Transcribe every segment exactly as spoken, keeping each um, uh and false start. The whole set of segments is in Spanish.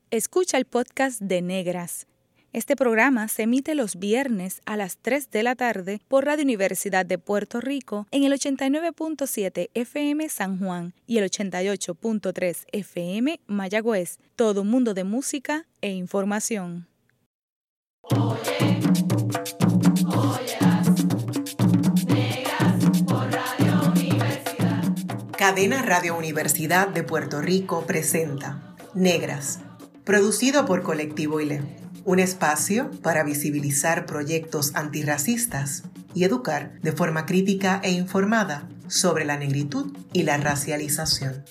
Escucha el podcast de Negras. Este programa se emite los viernes a las tres de la tarde por Radio Universidad de Puerto Rico en el ochenta y nueve punto siete F M San Juan y el ochenta y ocho punto tres F M Mayagüez. Todo un mundo de música e información. Oye, óyelas, Negras por Radio Universidad. Cadena Radio Universidad de Puerto Rico presenta Negras, producido por Colectivo I L E, un espacio para visibilizar proyectos antirracistas y educar de forma crítica e informada sobre la negritud y la racialización.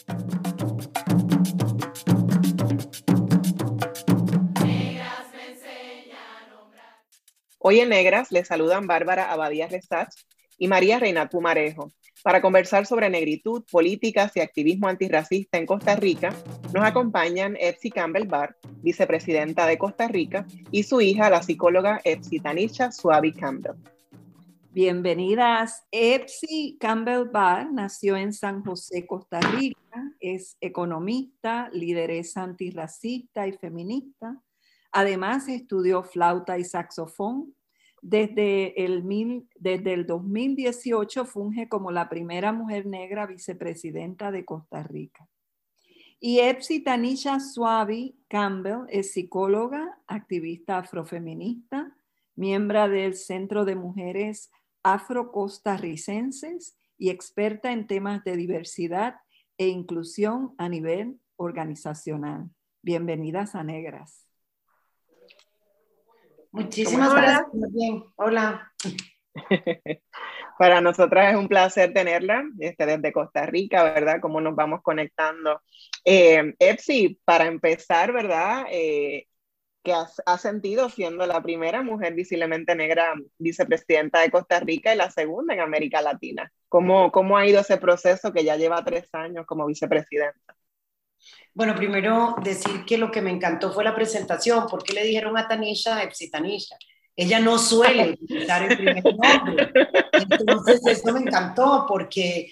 Hoy en Negras les saludan Bárbara Abadía Resach y María Reynat Pumarejo. Para conversar sobre negritud, políticas y activismo antirracista en Costa Rica, nos acompañan Epsi Campbell Barr, vicepresidenta de Costa Rica, y su hija, la psicóloga Epsi Tanisha Suavi Campbell. Bienvenidas. Epsi Campbell Barr nació en San José, Costa Rica. Es economista, lideresa antirracista y feminista. Además, estudió flauta y saxofón. Desde el, mil, desde el dos mil dieciocho funge como la primera mujer negra vicepresidenta de Costa Rica. Y Epsi Tanisha Suavi Campbell es psicóloga, activista afrofeminista, miembro del Centro de Mujeres Afro-Costarricenses y experta en temas de diversidad e inclusión a nivel organizacional. Bienvenidas a Negras. Muchísimas gracias. Muy bien. Hola. Para nosotras es un placer tenerla este, desde Costa Rica, ¿verdad? Cómo nos vamos conectando. Eh, Epsi, para empezar, ¿verdad? Eh, ¿Qué has, has sentido siendo la primera mujer visiblemente negra vicepresidenta de Costa Rica y la segunda en América Latina? ¿Cómo, cómo ha ido ese proceso que ya lleva tres años como vicepresidenta? Bueno, primero decir que lo que me encantó fue la presentación. ¿Por qué le dijeron a Tanisha Epsi Tanisha? Ella no suele utilizar el primer nombre. Entonces, eso me encantó porque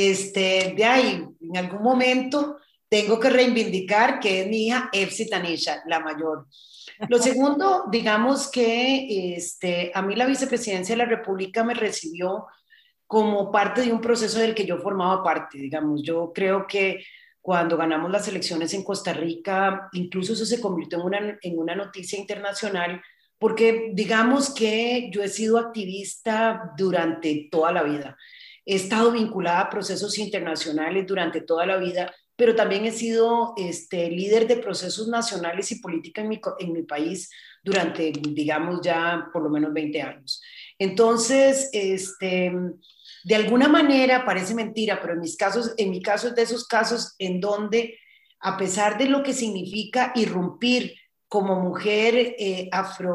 este, de ahí, en algún momento, tengo que reivindicar que es mi hija Epsi Tanisha, la mayor. Lo segundo, digamos que este, a mí la vicepresidencia de la República me recibió como parte de un proceso del que yo formaba parte, digamos. Yo creo que cuando ganamos las elecciones en Costa Rica, incluso eso se convirtió en una, en una noticia internacional, porque digamos que yo he sido activista durante toda la vida. He estado vinculada a procesos internacionales durante toda la vida, pero también he sido este, líder de procesos nacionales y política en mi, en mi país durante, digamos, ya por lo menos veinte años. Entonces, este... de alguna manera parece mentira, pero en mis casos, en mi caso es de esos casos en donde, a pesar de lo que significa irrumpir como mujer eh,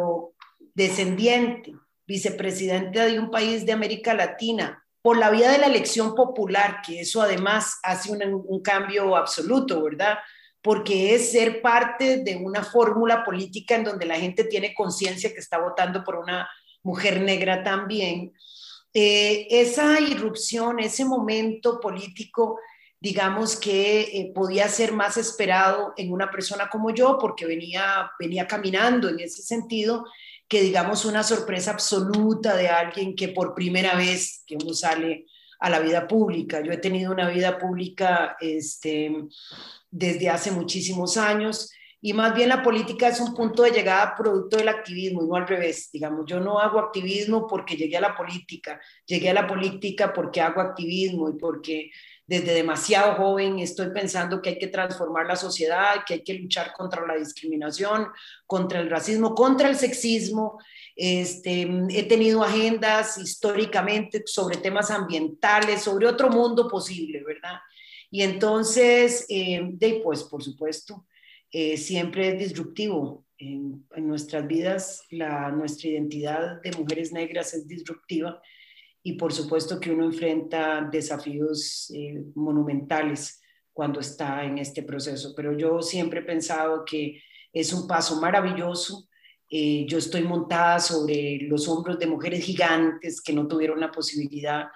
afrodescendiente, vicepresidenta de un país de América Latina, por la vía de la elección popular, que eso además hace un, un cambio absoluto, ¿verdad? Porque es ser parte de una fórmula política en donde la gente tiene conciencia que está votando por una mujer negra también. Eh, esa irrupción, ese momento político, digamos que eh, podía ser más esperado en una persona como yo, porque venía, venía caminando en ese sentido, que digamos una sorpresa absoluta de alguien que por primera vez que uno sale a la vida pública. Yo he tenido una vida pública este, desde hace muchísimos años, y más bien la política es un punto de llegada producto del activismo y no al revés. Digamos, yo no hago activismo porque llegué a la política, llegué a la política porque hago activismo y porque desde demasiado joven estoy pensando que hay que transformar la sociedad, que hay que luchar contra la discriminación, contra el racismo, contra el sexismo. Este, he tenido agendas históricamente sobre temas ambientales, sobre otro mundo posible, ¿verdad? Y entonces, eh, de, pues por supuesto, Eh, siempre es disruptivo. En, en nuestras vidas, la, nuestra identidad de mujeres negras es disruptiva y por supuesto que uno enfrenta desafíos eh, monumentales cuando está en este proceso, pero yo siempre he pensado que es un paso maravilloso. Eh, yo estoy montada sobre los hombros de mujeres gigantes que no tuvieron la posibilidad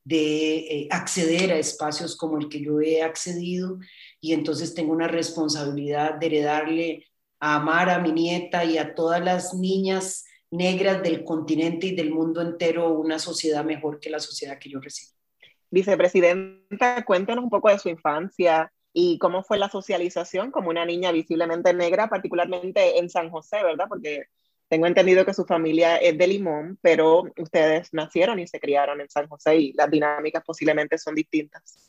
de eh, acceder a espacios como el que yo he accedido, y entonces tengo una responsabilidad de heredarle a amar a mi nieta y a todas las niñas negras del continente y del mundo entero una sociedad mejor que la sociedad que yo recibo. Vicepresidenta, cuéntenos un poco de su infancia y cómo fue la socialización como una niña visiblemente negra, particularmente en San José, ¿verdad? Porque tengo entendido que su familia es de Limón, pero ustedes nacieron y se criaron en San José y las dinámicas posiblemente son distintas.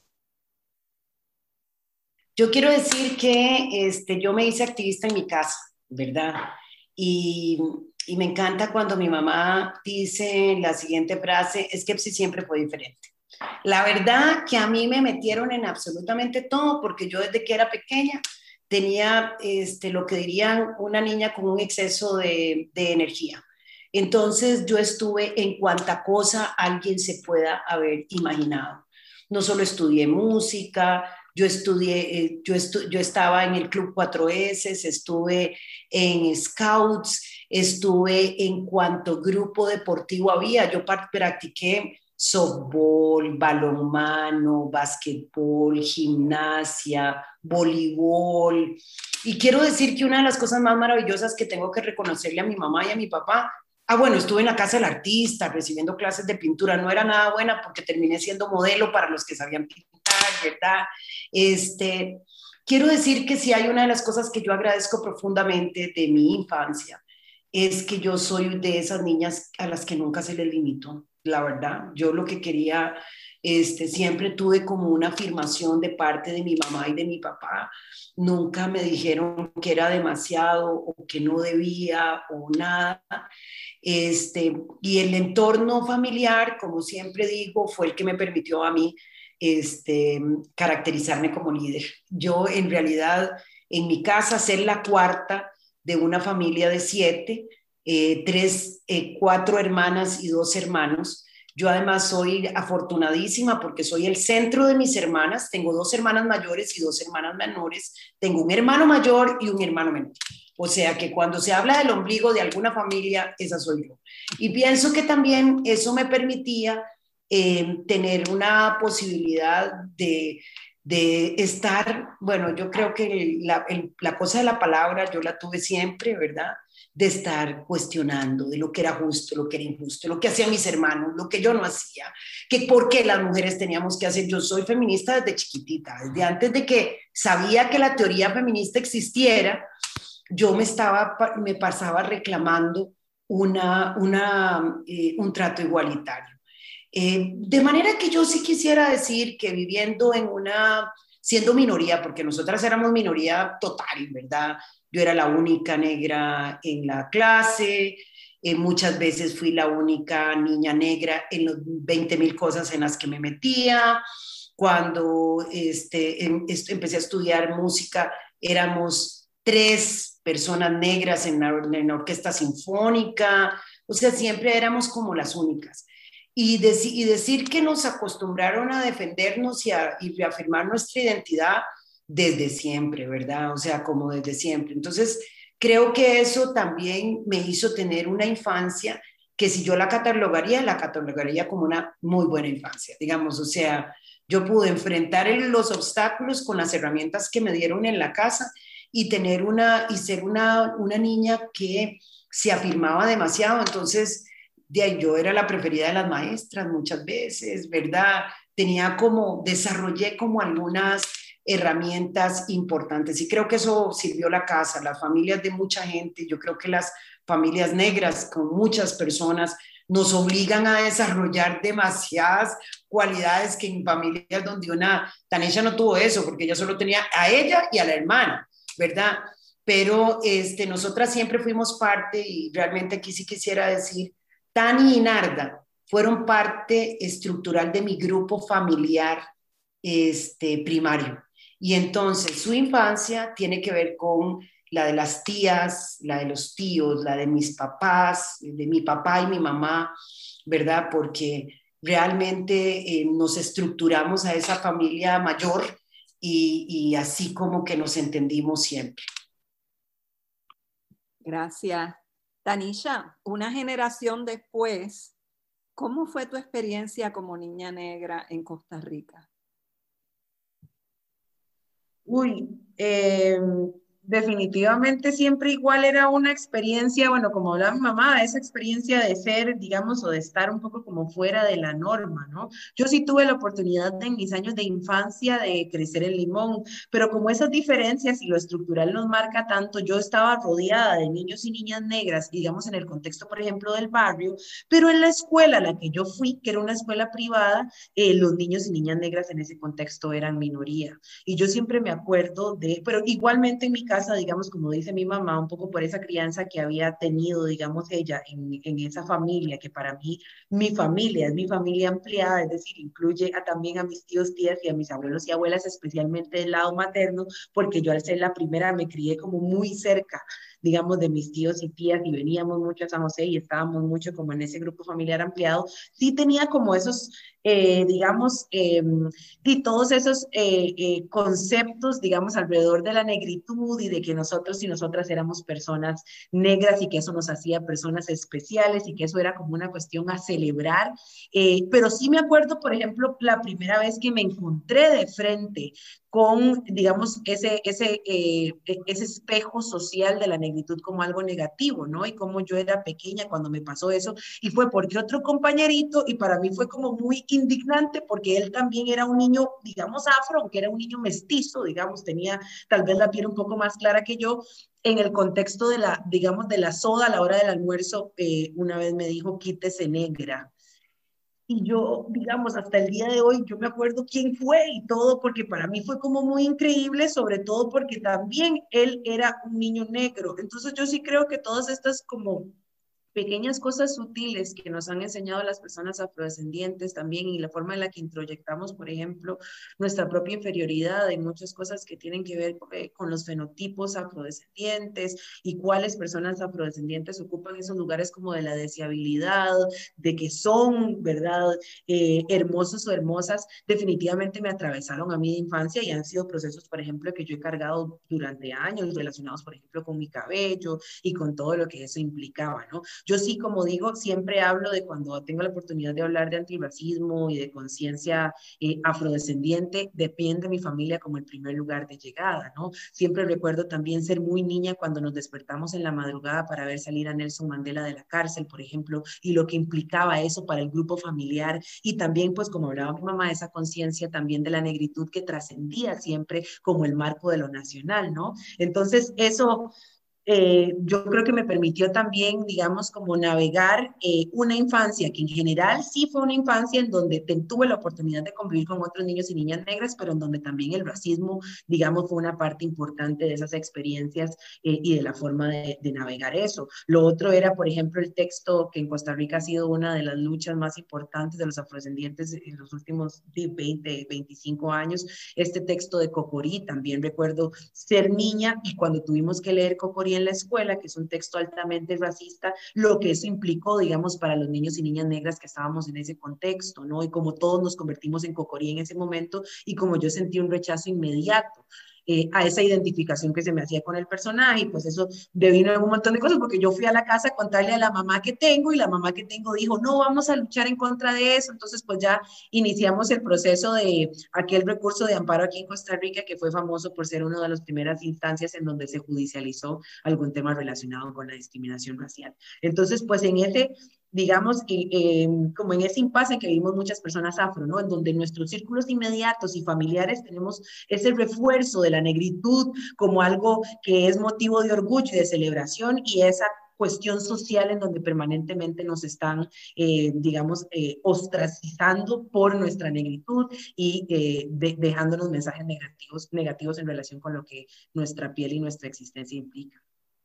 Yo quiero decir que este, yo me hice activista en mi casa, ¿verdad? Y, y me encanta cuando mi mamá dice la siguiente frase, es que Epsi siempre fue diferente. La verdad que a mí me metieron en absolutamente todo, porque yo desde que era pequeña tenía este, lo que dirían una niña con un exceso de, de energía. Entonces yo estuve en cuanta cosa alguien se pueda haber imaginado. No solo estudié música, yo estudié, eh, yo, estu yo estaba en el Club cuatro ese, estuve en Scouts, estuve en cuanto grupo deportivo había. Yo practiqué softball, balonmano, basquetbol, gimnasia, voleibol. Y quiero decir que una de las cosas más maravillosas que tengo que reconocerle a mi mamá y a mi papá, ah, bueno, estuve en la casa del artista recibiendo clases de pintura. No era nada buena porque terminé siendo modelo para los que sabían pintar, ¿verdad? Este, quiero decir que si hay una de las cosas que yo agradezco profundamente de mi infancia, es que yo soy de esas niñas a las que nunca se les limitó. La verdad, yo lo que quería, este, siempre tuve como una afirmación de parte de mi mamá y de mi papá. Nunca me dijeron que era demasiado o que no debía o nada. Este, y el entorno familiar, como siempre digo, fue el que me permitió a mí este, caracterizarme como líder. Yo en realidad, en mi casa, ser la cuarta de una familia de siete, Eh, tres, eh, cuatro hermanas y dos hermanos. Yo además soy afortunadísima porque soy el centro de mis hermanas. Tengo dos hermanas mayores y dos hermanas menores. Tengo un hermano mayor y un hermano menor. O sea que cuando se habla del ombligo de alguna familia, esa soy yo. Y pienso que también eso me permitía eh, tener una posibilidad de, de estar, bueno, yo creo que la, el, la cosa de la palabra yo la tuve siempre, ¿verdad? De estar cuestionando de lo que era justo, lo que era injusto, lo que hacían mis hermanos, lo que yo no hacía, que por qué las mujeres teníamos que hacer. Yo soy feminista desde chiquitita, desde antes de que sabía que la teoría feminista existiera, yo me, estaba, me pasaba reclamando una, una, eh, un trato igualitario. Eh, de manera que yo sí quisiera decir que viviendo en una, siendo minoría, porque nosotras éramos minoría total, ¿verdad? Yo era la única negra en la clase, eh, muchas veces fui la única niña negra en los veinte mil cosas en las que me metía. Cuando este, em, est empecé a estudiar música, éramos tres personas negras en la, en la orquesta sinfónica, o sea, siempre éramos como las únicas. Y, dec y decir que nos acostumbraron a defendernos y a y reafirmar nuestra identidad desde siempre, ¿verdad? O sea, como desde siempre. Entonces, creo que eso también me hizo tener una infancia que si yo la catalogaría, la catalogaría como una muy buena infancia, digamos. O sea, yo pude enfrentar los obstáculos con las herramientas que me dieron en la casa y tener una, y ser una, una niña que se afirmaba demasiado. Entonces, de ahí yo era la preferida de las maestras muchas veces, ¿verdad? Tenía como, desarrollé como algunas herramientas importantes y creo que eso sirvió la casa, las familias de mucha gente. Yo creo que las familias negras con muchas personas nos obligan a desarrollar demasiadas cualidades que en familias donde una, Tanisha no tuvo eso porque ella solo tenía a ella y a la hermana, ¿verdad? Pero este, nosotras siempre fuimos parte y realmente aquí sí quisiera decir, Tani y Narda fueron parte estructural de mi grupo familiar este, primario. Y entonces su infancia tiene que ver con la de las tías, la de los tíos, la de mis papás, de mi papá y mi mamá, ¿verdad? Porque realmente eh, nos estructuramos a esa familia mayor y, y así como que nos entendimos siempre. Gracias. Tanisha, una generación después, ¿cómo fue tu experiencia como niña negra en Costa Rica? Uy, eh, definitivamente siempre igual era una experiencia, bueno, como hablaba mi mamá, esa experiencia de ser, digamos, o de estar un poco como fuera de la norma, ¿no? Yo sí tuve la oportunidad de, en mis años de infancia de crecer en Limón, pero como esas diferencias y lo estructural nos marca tanto, yo estaba rodeada de niños y niñas negras, digamos, en el contexto, por ejemplo, del barrio, pero en la escuela a la que yo fui, que era una escuela privada, eh, los niños y niñas negras en ese contexto eran minoría. Y yo siempre me acuerdo de, pero igualmente en mi casa, digamos, como dice mi mamá, un poco por esa crianza que había tenido, digamos, ella en, en esa familia, que para mí, mi familia es mi familia ampliada, es decir, incluye a, también a mis tíos, tías y a mis abuelos y abuelas, especialmente del lado materno, porque yo al ser la primera me crié como muy cerca, digamos, de mis tíos y tías y veníamos mucho a San José y estábamos mucho como en ese grupo familiar ampliado, sí tenía como esos, eh, digamos, eh, y todos esos eh, eh, conceptos, digamos, alrededor de la negritud y de que nosotros y nosotras éramos personas negras y que eso nos hacía personas especiales y que eso era como una cuestión a celebrar. Eh, pero sí me acuerdo, por ejemplo, la primera vez que me encontré de frente con, digamos, ese, ese, eh, ese espejo social de la negritud como algo negativo, ¿no? Y como yo era pequeña cuando me pasó eso, y fue porque otro compañerito, y para mí fue como muy indignante, porque él también era un niño, digamos, afro, aunque era un niño mestizo, digamos, tenía tal vez la piel un poco más clara que yo, en el contexto de la, digamos, de la soda a la hora del almuerzo, eh, una vez me dijo, quítese negra. Y yo, digamos, hasta el día de hoy, yo me acuerdo quién fue y todo, porque para mí fue como muy increíble, sobre todo porque también él era un niño negro. Entonces yo sí creo que todas estas como pequeñas cosas sutiles que nos han enseñado las personas afrodescendientes también y la forma en la que introyectamos, por ejemplo, nuestra propia inferioridad en muchas cosas que tienen que ver eh, con los fenotipos afrodescendientes y cuáles personas afrodescendientes ocupan esos lugares como de la deseabilidad, de que son, ¿verdad?, eh, hermosos o hermosas, definitivamente me atravesaron a mí de infancia y han sido procesos, por ejemplo, que yo he cargado durante años relacionados, por ejemplo, con mi cabello y con todo lo que eso implicaba, ¿no? Yo sí, como digo, siempre hablo de cuando tengo la oportunidad de hablar de antirracismo y de conciencia eh, afrodescendiente, depende de mi familia como el primer lugar de llegada, ¿no? Siempre recuerdo también ser muy niña cuando nos despertamos en la madrugada para ver salir a Nelson Mandela de la cárcel, por ejemplo, y lo que implicaba eso para el grupo familiar y también, pues, como hablaba mi mamá, esa conciencia también de la negritud que trascendía siempre como el marco de lo nacional, ¿no? Entonces, eso eh, yo creo que me permitió también, digamos, como navegar eh, una infancia que en general sí fue una infancia en donde te, tuve la oportunidad de convivir con otros niños y niñas negras, pero en donde también el racismo, digamos, fue una parte importante de esas experiencias eh, y de la forma de, de navegar eso. Lo otro era, por ejemplo, el texto que en Costa Rica ha sido una de las luchas más importantes de los afrodescendientes en los últimos veinte, veinticinco años, este texto de Cocorí. También recuerdo ser niña y cuando tuvimos que leer Cocorí en la escuela, que es un texto altamente racista, lo que eso implicó, digamos, para los niños y niñas negras que estábamos en ese contexto, ¿no? Y como todos nos convertimos en Cocorí en ese momento y como yo sentí un rechazo inmediato. Eh, a esa identificación que se me hacía con el personaje, y pues eso devino en un montón de cosas, porque yo fui a la casa a contarle a la mamá que tengo, y la mamá que tengo dijo, no, vamos a luchar en contra de eso, entonces pues ya iniciamos el proceso de aquel recurso de amparo aquí en Costa Rica, que fue famoso por ser una de las primeras instancias en donde se judicializó algún tema relacionado con la discriminación racial. Entonces, pues en ese digamos, eh, eh, como en ese impasse en que vivimos muchas personas afro, ¿no? En donde en nuestros círculos inmediatos y familiares tenemos ese refuerzo de la negritud como algo que es motivo de orgullo y de celebración, y esa cuestión social en donde permanentemente nos están, eh, digamos, eh, ostracizando por nuestra negritud y eh, de, dejándonos mensajes negativos, negativos en relación con lo que nuestra piel y nuestra existencia implica.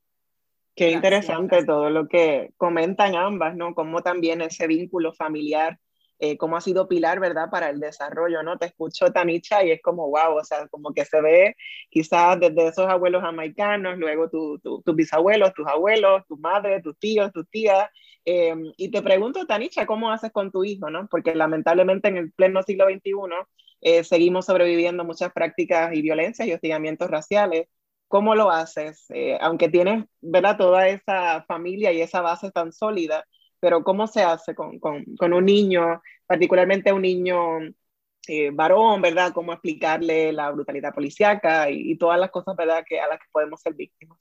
Qué interesante todo lo que comentan ambas, ¿no? Cómo también ese vínculo familiar, eh, cómo ha sido pilar, ¿verdad? Para el desarrollo, ¿no? Te escucho, Tanicha, y es como, wow, o sea, como que se ve quizás desde esos abuelos jamaicanos, luego tu, tu, tus bisabuelos, tus abuelos, tu madre, tus tíos, tus tías. Eh, y te pregunto, Tanicha, ¿cómo haces con tu hijo, no? Porque lamentablemente en el pleno siglo veintiuno eh, seguimos sobreviviendo muchas prácticas y violencias y hostigamientos raciales. ¿Cómo lo haces? Eh, aunque tienes, ¿verdad?, toda esa familia y esa base tan sólida, pero ¿cómo se hace con, con, con un niño, particularmente un niño eh, varón, ¿verdad? Cómo explicarle la brutalidad policíaca y, y todas las cosas, ¿verdad? Que, a las que podemos ser víctimas.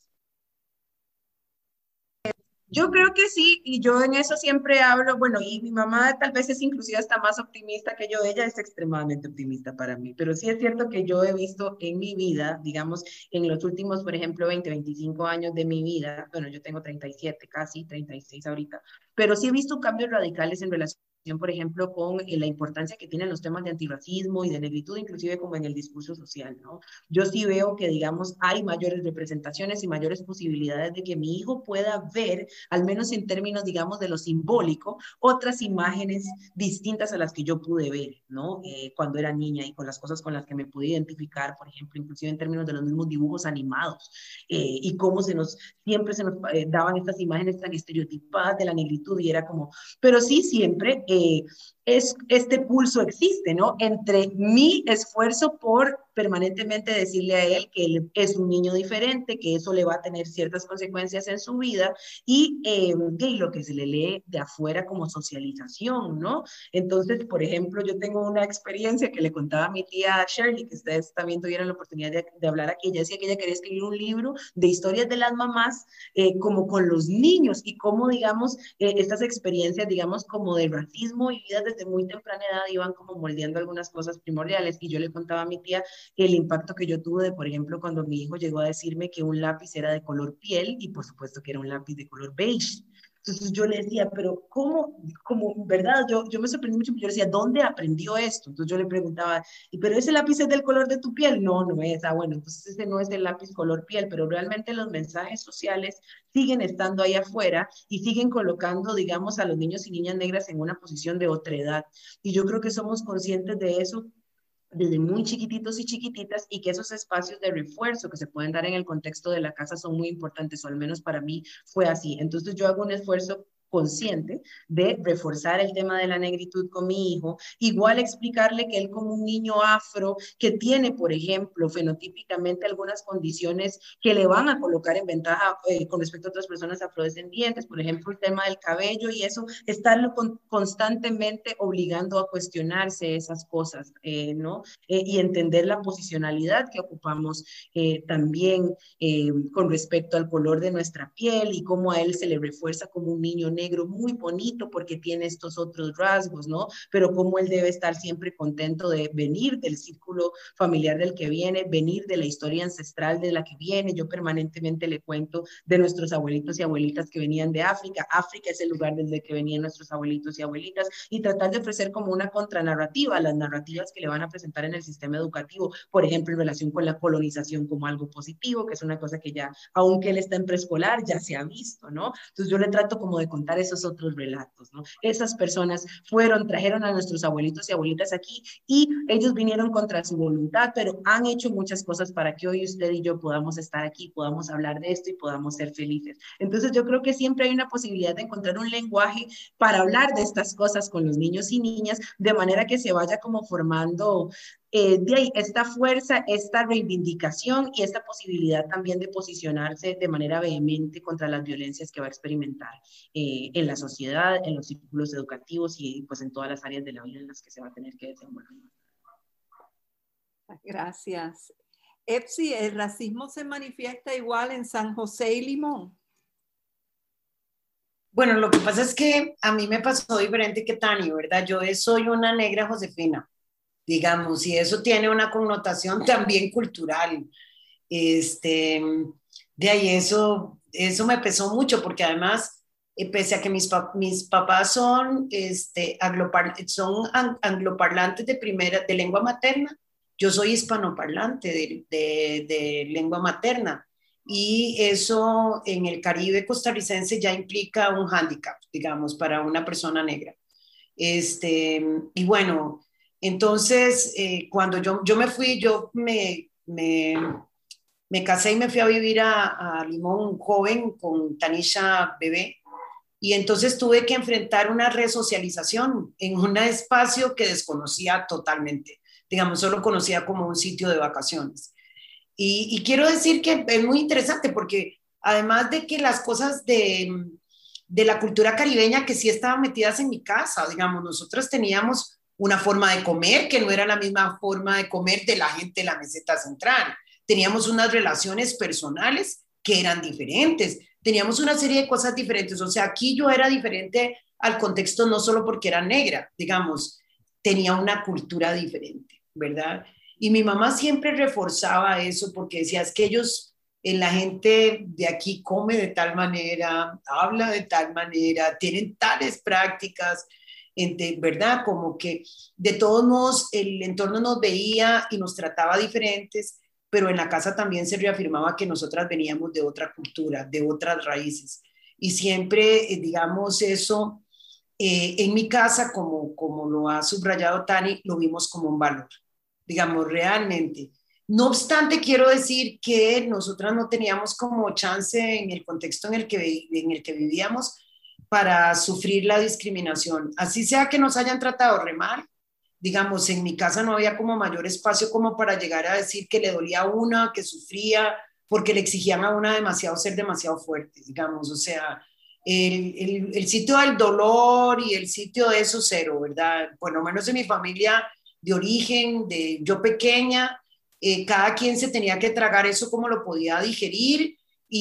Yo creo que sí, y yo en eso siempre hablo, bueno, y mi mamá tal vez es inclusive hasta más optimista que yo, ella es extremadamente optimista para mí, pero sí es cierto que yo he visto en mi vida, digamos, en los últimos, por ejemplo, veinte, veinticinco años de mi vida, bueno, yo tengo treinta y siete, casi treinta y seis ahorita, pero sí he visto cambios radicales en relación, por ejemplo, con eh, la importancia que tienen los temas de antirracismo y de negritud, inclusive como en el discurso social, ¿no? Yo sí veo que, digamos, hay mayores representaciones y mayores posibilidades de que mi hijo pueda ver, al menos en términos, digamos, de lo simbólico, otras imágenes distintas a las que yo pude ver, ¿no? Eh, cuando era niña y con las cosas con las que me pude identificar, por ejemplo, inclusive en términos de los mismos dibujos animados eh, y cómo se nos, siempre se nos eh, daban estas imágenes tan estereotipadas de la negritud y era como, pero sí siempre eh, es, este pulso existe, ¿no? Entre mi esfuerzo por permanentemente decirle a él que él es un niño diferente, que eso le va a tener ciertas consecuencias en su vida y, eh, y lo que se le lee de afuera como socialización, ¿no? Entonces, por ejemplo, yo tengo una experiencia que le contaba a mi tía Shirley, que ustedes también tuvieron la oportunidad de, de hablar aquí. Ella decía que ella quería escribir un libro de historias de las mamás eh, como con los niños y cómo, digamos, eh, estas experiencias, digamos, como de racismo y vidas desde muy temprana edad iban como moldeando algunas cosas primordiales. Y yo le contaba a mi tía el impacto que yo tuve de, por ejemplo, cuando mi hijo llegó a decirme que un lápiz era de color piel y por supuesto que era un lápiz de color beige. Entonces yo le decía, pero ¿cómo? Como, ¿verdad? Yo, yo me sorprendí mucho, yo le decía, ¿dónde aprendió esto? Entonces yo le preguntaba, ¿y pero ese lápiz es del color de tu piel? No, no es. Ah, bueno, entonces ese no es el lápiz color piel, pero realmente los mensajes sociales siguen estando ahí afuera y siguen colocando, digamos, a los niños y niñas negras en una posición de otredad. Y yo creo que somos conscientes de eso desde muy chiquititos y chiquititas y que esos espacios de refuerzo que se pueden dar en el contexto de la casa son muy importantes, o al menos para mí fue así. Entonces yo hago un esfuerzo consciente de reforzar el tema de la negritud con mi hijo, igual explicarle que él como un niño afro que tiene, por ejemplo, fenotípicamente algunas condiciones que le van a colocar en ventaja eh, con respecto a otras personas afrodescendientes, por ejemplo, el tema del cabello y eso, estarlo con, constantemente obligando a cuestionarse esas cosas, eh, ¿no? Eh, y entender la posicionalidad que ocupamos eh, también eh, con respecto al color de nuestra piel y cómo a él se le refuerza como un niño negro muy bonito porque tiene estos otros rasgos, ¿no? Pero cómo él debe estar siempre contento de venir del círculo familiar del que viene, venir de la historia ancestral de la que viene. Yo permanentemente le cuento de nuestros abuelitos y abuelitas que venían de África. África es el lugar desde que venían nuestros abuelitos y abuelitas y tratar de ofrecer como una contranarrativa a las narrativas que le van a presentar en el sistema educativo, por ejemplo, en relación con la colonización como algo positivo, que es una cosa que ya, aunque él está en preescolar, ya se ha visto, ¿no? Entonces yo le trato como de contar esos otros relatos, ¿no? Esas personas fueron, trajeron a nuestros abuelitos y abuelitas aquí y ellos vinieron contra su voluntad, pero han hecho muchas cosas para que hoy usted y yo podamos estar aquí, podamos hablar de esto y podamos ser felices. Entonces yo creo que siempre hay una posibilidad de encontrar un lenguaje para hablar de estas cosas con los niños y niñas, de manera que se vaya como formando eh, de ahí, esta fuerza, esta reivindicación y esta posibilidad también de posicionarse de manera vehemente contra las violencias que va a experimentar eh, en la sociedad, en los círculos educativos y pues en todas las áreas de la vida en las que se va a tener que desenvolver. Gracias. Epsi, ¿el racismo se manifiesta igual en San José y Limón? Bueno, lo que pasa es que a mí me pasó diferente que Tani, ¿verdad? Yo soy una negra Josefina, digamos, y eso tiene una connotación también cultural. Este, de ahí eso, eso me pesó mucho, porque además, eh, pese a que mis, pap mis papás son, este, anglopar son ang angloparlantes de, primera, de lengua materna, yo soy hispanoparlante de, de, de lengua materna. Y eso en el Caribe costarricense ya implica un hándicap, digamos, para una persona negra. Este, y bueno, entonces eh, cuando yo, yo me fui, yo me, me, me casé y me fui a vivir a, a Limón joven con Tanisha bebé. Y entonces tuve que enfrentar una resocialización en un espacio que desconocía totalmente. Digamos, solo conocía como un sitio de vacaciones. Y, y quiero decir que es muy interesante porque además de que las cosas de, de la cultura caribeña que sí estaban metidas en mi casa, digamos, nosotros teníamos una forma de comer que no era la misma forma de comer de la gente de la meseta central. Teníamos unas relaciones personales que eran diferentes, teníamos una serie de cosas diferentes. O sea, aquí yo era diferente al contexto no solo porque era negra, digamos, tenía una cultura diferente, ¿verdad? Y mi mamá siempre reforzaba eso porque decía, es que ellos, eh, la gente de aquí come de tal manera, habla de tal manera, tienen tales prácticas, ¿verdad? Como que de todos modos el entorno nos veía y nos trataba diferentes, pero en la casa también se reafirmaba que nosotras veníamos de otra cultura, de otras raíces. Y siempre, eh, digamos, eso eh, en mi casa, como, como lo ha subrayado Tani, lo vimos como un valor, digamos, realmente. No obstante, quiero decir que nosotras no teníamos como chance en el contexto en el que, en el que vivíamos para sufrir la discriminación. Así sea que nos hayan tratado re mal, digamos, en mi casa no había como mayor espacio como para llegar a decir que le dolía a una, que sufría, porque le exigían a una demasiado ser demasiado fuerte, digamos, o sea, el, el, el sitio del dolor y el sitio de eso cero, ¿verdad? Por lo menos en mi familia de origen, de yo pequeña, eh, cada quien se tenía que tragar eso como lo podía digerir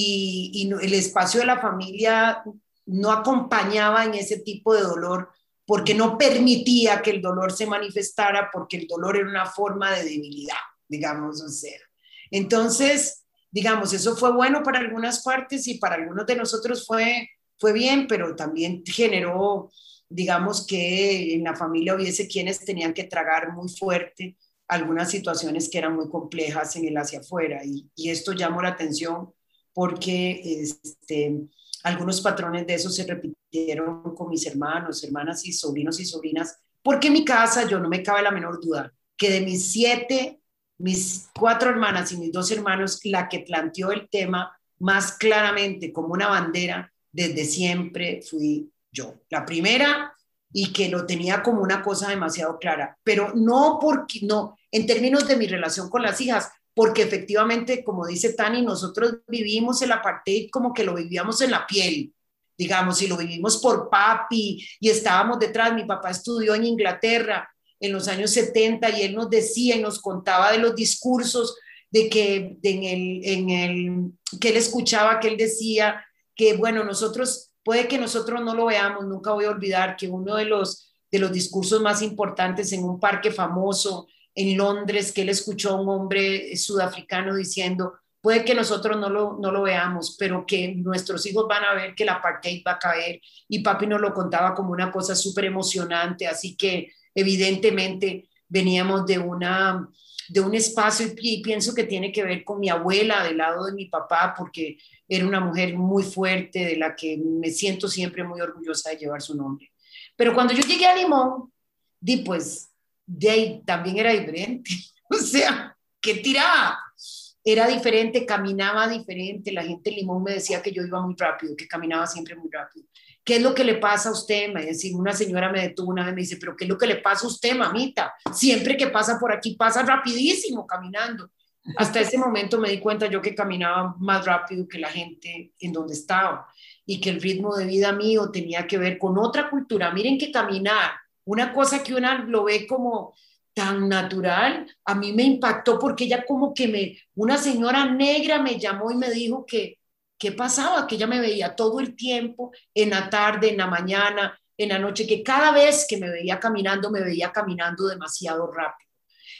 y, y no, el espacio de la familia no acompañaba en ese tipo de dolor porque no permitía que el dolor se manifestara, porque el dolor era una forma de debilidad, digamos, o sea. Entonces, digamos, eso fue bueno para algunas partes y para algunos de nosotros fue, fue bien, pero también generó, digamos, que en la familia hubiese quienes tenían que tragar muy fuerte algunas situaciones que eran muy complejas en el hacia afuera. Y, y esto llamó la atención porque este, algunos patrones de eso se repitieron con mis hermanos, hermanas y sobrinos y sobrinas, porque en mi casa yo no me cabe la menor duda que de mis siete, mis cuatro hermanas y mis dos hermanos, la que planteó el tema más claramente como una bandera desde siempre fui yo. La primera y que lo tenía como una cosa demasiado clara, pero no porque, no, en términos de mi relación con las hijas, porque efectivamente, como dice Tani, nosotros vivimos el apartheid como que lo vivíamos en la piel, digamos, y lo vivimos por papi, y estábamos detrás. Mi papá estudió en Inglaterra en los años setenta, y él nos decía y nos contaba de los discursos de que, de en el, en el, que él escuchaba, que él decía que, bueno, nosotros, puede que nosotros no lo veamos, nunca voy a olvidar que uno de los, de los discursos más importantes en un parque famoso en Londres, que él escuchó a un hombre sudafricano diciendo, puede que nosotros no lo, no lo veamos, pero que nuestros hijos van a ver que el apartheid va a caer, y papi nos lo contaba como una cosa súper emocionante, así que evidentemente veníamos de, una, de un espacio, y pienso que tiene que ver con mi abuela del lado de mi papá, porque era una mujer muy fuerte, de la que me siento siempre muy orgullosa de llevar su nombre. Pero cuando yo llegué a Limón, di pues, de ahí también era diferente, o sea, ¿qué tiraba? Era diferente, caminaba diferente, la gente en Limón me decía que yo iba muy rápido, que caminaba siempre muy rápido. ¿Qué es lo que le pasa a usted? Me decía, una señora me detuvo una vez, me dice, pero ¿qué es lo que le pasa a usted, mamita? Siempre que pasa por aquí, pasa rapidísimo caminando. Hasta ese momento me di cuenta yo que caminaba más rápido que la gente en donde estaba, y que el ritmo de vida mío tenía que ver con otra cultura. Miren que caminar, una cosa que una lo ve como tan natural, a mí me impactó porque ella como que me, una señora negra me llamó y me dijo que, ¿qué pasaba? Que ella me veía todo el tiempo, en la tarde, en la mañana, en la noche, que cada vez que me veía caminando, me veía caminando demasiado rápido.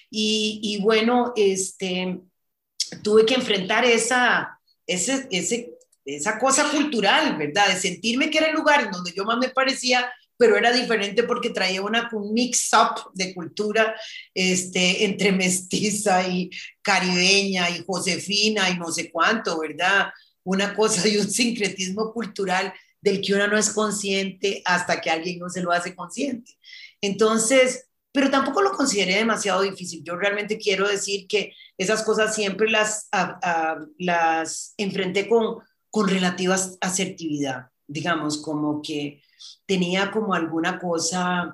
Y, y bueno, este, tuve que enfrentar esa, ese, ese, esa cosa cultural, ¿verdad? De sentirme que era el lugar en donde yo más me parecía, pero era diferente porque traía una, un mix-up de cultura este, entre mestiza y caribeña y josefina y no sé cuánto, ¿verdad? Una cosa y un sincretismo cultural del que uno no es consciente hasta que alguien no se lo hace consciente. Entonces, pero tampoco lo consideré demasiado difícil. Yo realmente quiero decir que esas cosas siempre las, a, a, las enfrenté con, con relativa asertividad, digamos, como que tenía como alguna cosa,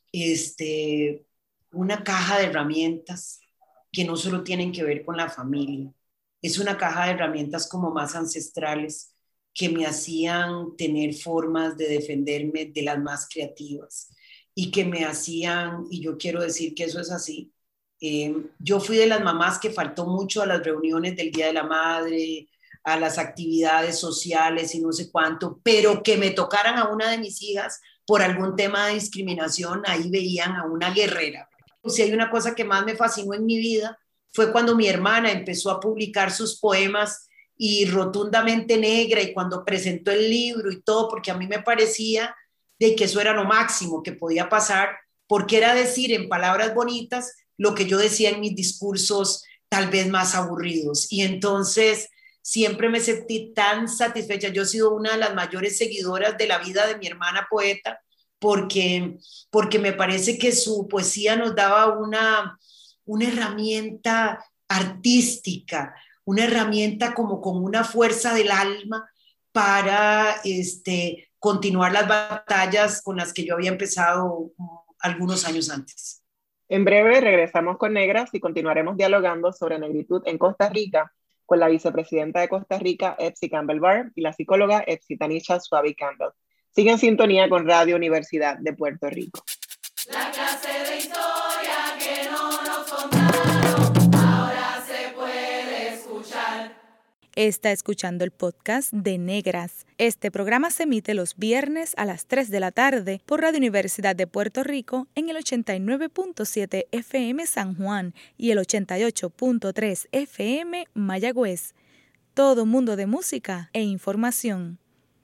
este, una caja de herramientas que no solo tienen que ver con la familia, es una caja de herramientas como más ancestrales que me hacían tener formas de defenderme de las más creativas. y que me hacían, y yo quiero decir que eso es así. Eh, yo fui de las mamás que faltó mucho a las reuniones del Día de la Madre, a las actividades sociales y no sé cuánto, pero que me tocaran a una de mis hijas por algún tema de discriminación, ahí veían a una guerrera. Si hay una cosa que más me fascinó en mi vida, fue cuando mi hermana empezó a publicar sus poemas y rotundamente negra, y cuando presentó el libro y todo, porque a mí me parecía de que eso era lo máximo que podía pasar, porque era decir en palabras bonitas lo que yo decía en mis discursos tal vez más aburridos. Y entonces siempre me sentí tan satisfecha. Yo he sido una de las mayores seguidoras de la vida de mi hermana poeta, porque, porque me parece que su poesía nos daba una, una herramienta artística, una herramienta como con una fuerza del alma para este, continuar las batallas con las que yo había empezado algunos años antes. En breve regresamos con Negras y continuaremos dialogando sobre negritud en Costa Rica con la vicepresidenta de Costa Rica, Epsi Campbell Barr, y la psicóloga Epsi Tanisha Suavi Campbell. Sigue en sintonía con Radio Universidad de Puerto Rico. La clase de historia que no nos contaron, ahora se puede escuchar. Está escuchando el podcast de Negras. Este programa se emite los viernes a las tres de la tarde por Radio Universidad de Puerto Rico en el ochenta y nueve punto siete F M San Juan y el ochenta y ocho punto tres F M Mayagüez. Todo mundo de música e información.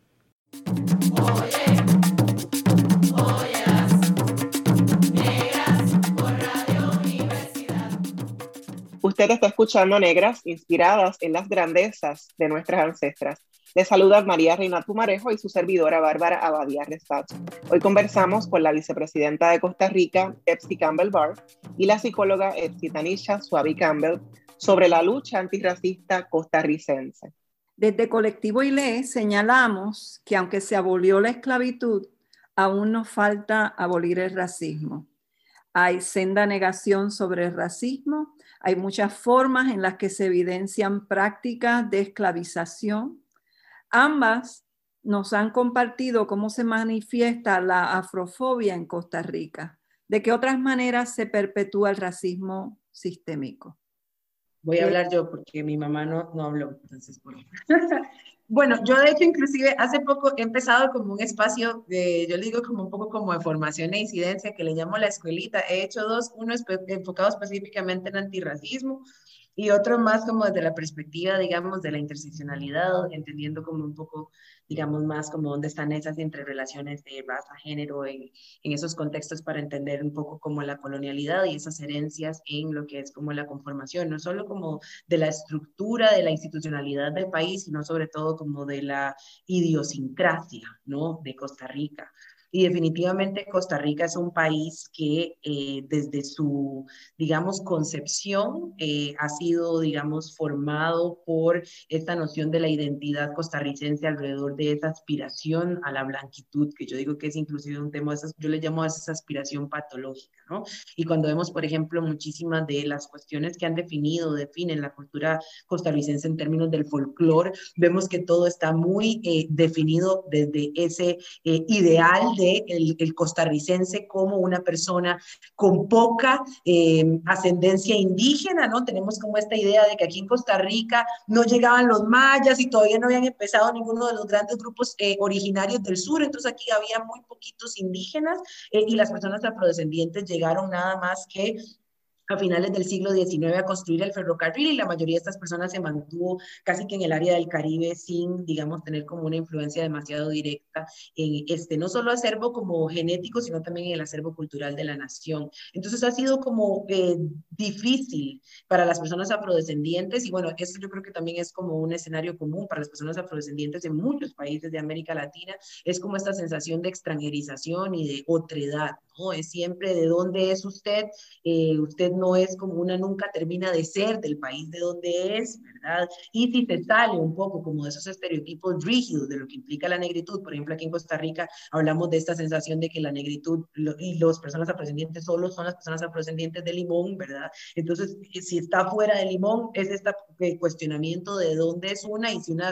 Oye, oyeras, Negras por Radio Universidad. Usted está escuchando Negras, inspiradas en las grandezas de nuestras ancestras. Les saluda María Reina Pumarejo y su servidora Bárbara Abadía Restacho. Hoy conversamos con la vicepresidenta de Costa Rica, Epsi Campbell Barr, y la psicóloga Epsi Tanisha Suavi Campbell sobre la lucha antirracista costarricense. Desde Colectivo I L E señalamos que aunque se abolió la esclavitud, aún nos falta abolir el racismo. Hay senda negación sobre el racismo, hay muchas formas en las que se evidencian prácticas de esclavización. Ambas nos han compartido cómo se manifiesta la afrofobia en Costa Rica. ¿De qué otras maneras se perpetúa el racismo sistémico? Voy a hablar yo porque mi mamá no, no habló, entonces bueno. Bueno, yo de hecho inclusive hace poco he empezado como un espacio, de, yo le digo como un poco como de formación e incidencia, que le llamo la escuelita. He hecho dos, uno espe- enfocado específicamente en antirracismo y otro más como desde la perspectiva, digamos, de la interseccionalidad, entendiendo como un poco, digamos, más como dónde están esas interrelaciones de raza, género, en, en esos contextos para entender un poco como la colonialidad y esas herencias en lo que es como la conformación, no solo como de la estructura, de la institucionalidad del país, sino sobre todo como de la idiosincrasia, ¿no?, de Costa Rica. Y definitivamente Costa Rica es un país que eh, desde su, digamos, concepción eh, ha sido, digamos, formado por esta noción de la identidad costarricense alrededor de esa aspiración a la blanquitud, que yo digo que es inclusive un tema, yo le llamo a esa aspiración patológica, ¿no? Y cuando vemos, por ejemplo, muchísimas de las cuestiones que han definido, definen la cultura costarricense en términos del folclore, vemos que todo está muy eh, definido desde ese eh, ideal de El, el costarricense como una persona con poca eh, ascendencia indígena, ¿no? Tenemos como esta idea de que aquí en Costa Rica no llegaban los mayas y todavía no habían empezado ninguno de los grandes grupos eh, originarios del sur, entonces aquí había muy poquitos indígenas eh, y las personas afrodescendientes llegaron nada más que a finales del siglo diecinueve a construir el ferrocarril y la mayoría de estas personas se mantuvo casi que en el área del Caribe sin, digamos, tener como una influencia demasiado directa en este, no solo acervo como genético, sino también en el acervo cultural de la nación. Entonces ha sido como eh, difícil para las personas afrodescendientes y bueno, esto yo creo que también es como un escenario común para las personas afrodescendientes en muchos países de América Latina, es como esta sensación de extranjerización y de otredad, ¿no? Es siempre de dónde es usted, eh, usted no es como una, nunca termina de ser del país de donde es, ¿verdad? Y si se sale un poco como de esos estereotipos rígidos de lo que implica la negritud, por ejemplo, aquí en Costa Rica hablamos de esta sensación de que la negritud lo, y las personas afrodescendientes solo son las personas afrodescendientes de Limón, ¿verdad? Entonces, si está fuera de Limón, es este cuestionamiento de dónde es una y si una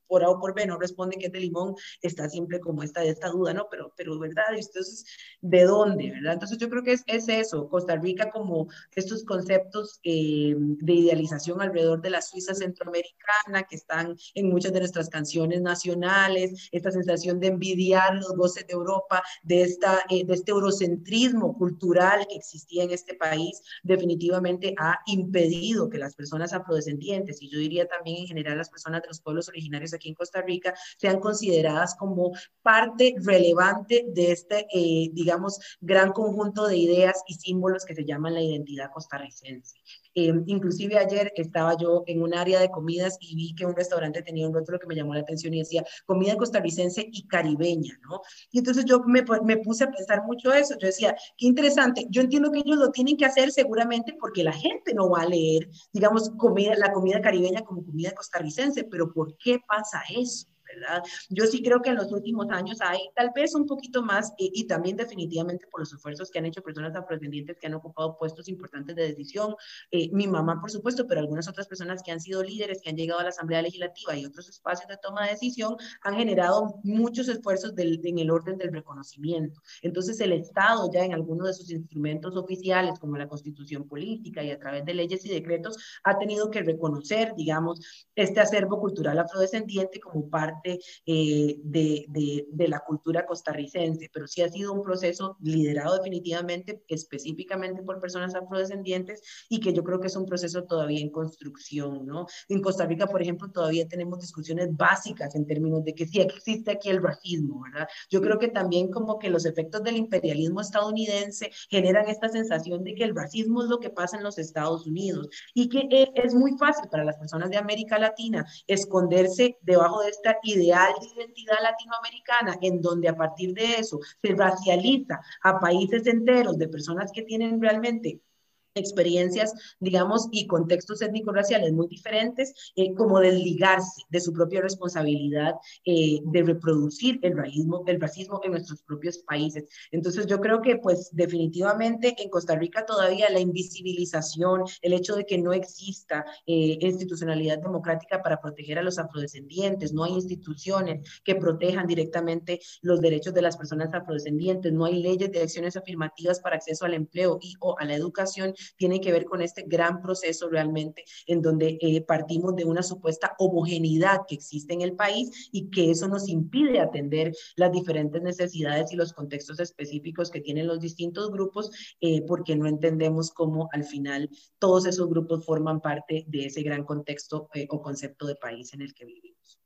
por A o por B no responde que es de limón, está siempre como esta, esta duda, ¿no? Pero, pero ¿verdad? Entonces, ¿de dónde? ¿Verdad? Entonces yo creo que es, es eso, Costa Rica como estos conceptos eh, de idealización alrededor de la Suiza centroamericana, que están en muchas de nuestras canciones nacionales, esta sensación de envidiar los goces de Europa, de, esta, eh, de este eurocentrismo cultural que existía en este país, definitivamente ha impedido que las personas afrodescendientes, y yo diría también en general las personas de los pueblos originarios aquí en Costa Rica, sean consideradas como parte relevante de este, eh, digamos, gran conjunto de ideas y símbolos que se llaman la identidad costarricense. Eh, inclusive ayer estaba yo en un área de comidas y vi que un restaurante tenía un rótulo que me llamó la atención y decía comida costarricense y caribeña, ¿no? Y entonces yo me, me puse a pensar mucho eso. Yo decía, qué interesante. Yo entiendo que ellos lo tienen que hacer seguramente porque la gente no va a leer, digamos, comida, la comida caribeña como comida costarricense, pero ¿por qué pasa eso? ¿Verdad? Yo sí creo que en los últimos años hay tal vez un poquito más eh, y también definitivamente por los esfuerzos que han hecho personas afrodescendientes que han ocupado puestos importantes de decisión, eh, mi mamá por supuesto, pero algunas otras personas que han sido líderes, que han llegado a la Asamblea Legislativa y otros espacios de toma de decisión han generado muchos esfuerzos del, en el orden del reconocimiento. Entonces el Estado ya en algunos de sus instrumentos oficiales como la Constitución Política y a través de leyes y decretos ha tenido que reconocer, digamos, este acervo cultural afrodescendiente como parte Eh, de, de, de la cultura costarricense, pero sí ha sido un proceso liderado definitivamente, específicamente por personas afrodescendientes y que yo creo que es un proceso todavía en construcción, ¿no? En Costa Rica, por ejemplo, todavía tenemos discusiones básicas en términos de que sí existe aquí el racismo, ¿verdad? Yo creo que también como que los efectos del imperialismo estadounidense generan esta sensación de que el racismo es lo que pasa en los Estados Unidos y que es muy fácil para las personas de América Latina esconderse debajo de esta ideal de identidad latinoamericana, en donde a partir de eso se racializa a países enteros de personas que tienen realmente experiencias, digamos, y contextos étnico-raciales muy diferentes, eh, como desligarse de su propia responsabilidad eh, de reproducir el racismo, el racismo en nuestros propios países. Entonces yo creo que pues definitivamente en Costa Rica todavía la invisibilización, el hecho de que no exista eh, institucionalidad democrática para proteger a los afrodescendientes, no hay instituciones que protejan directamente los derechos de las personas afrodescendientes, no hay leyes de acciones afirmativas para acceso al empleo y o a la educación, tiene que ver con este gran proceso realmente en donde eh, partimos de una supuesta homogeneidad que existe en el país y que eso nos impide atender las diferentes necesidades y los contextos específicos que tienen los distintos grupos eh, porque no entendemos cómo al final todos esos grupos forman parte de ese gran contexto eh, o concepto de país en el que vivimos.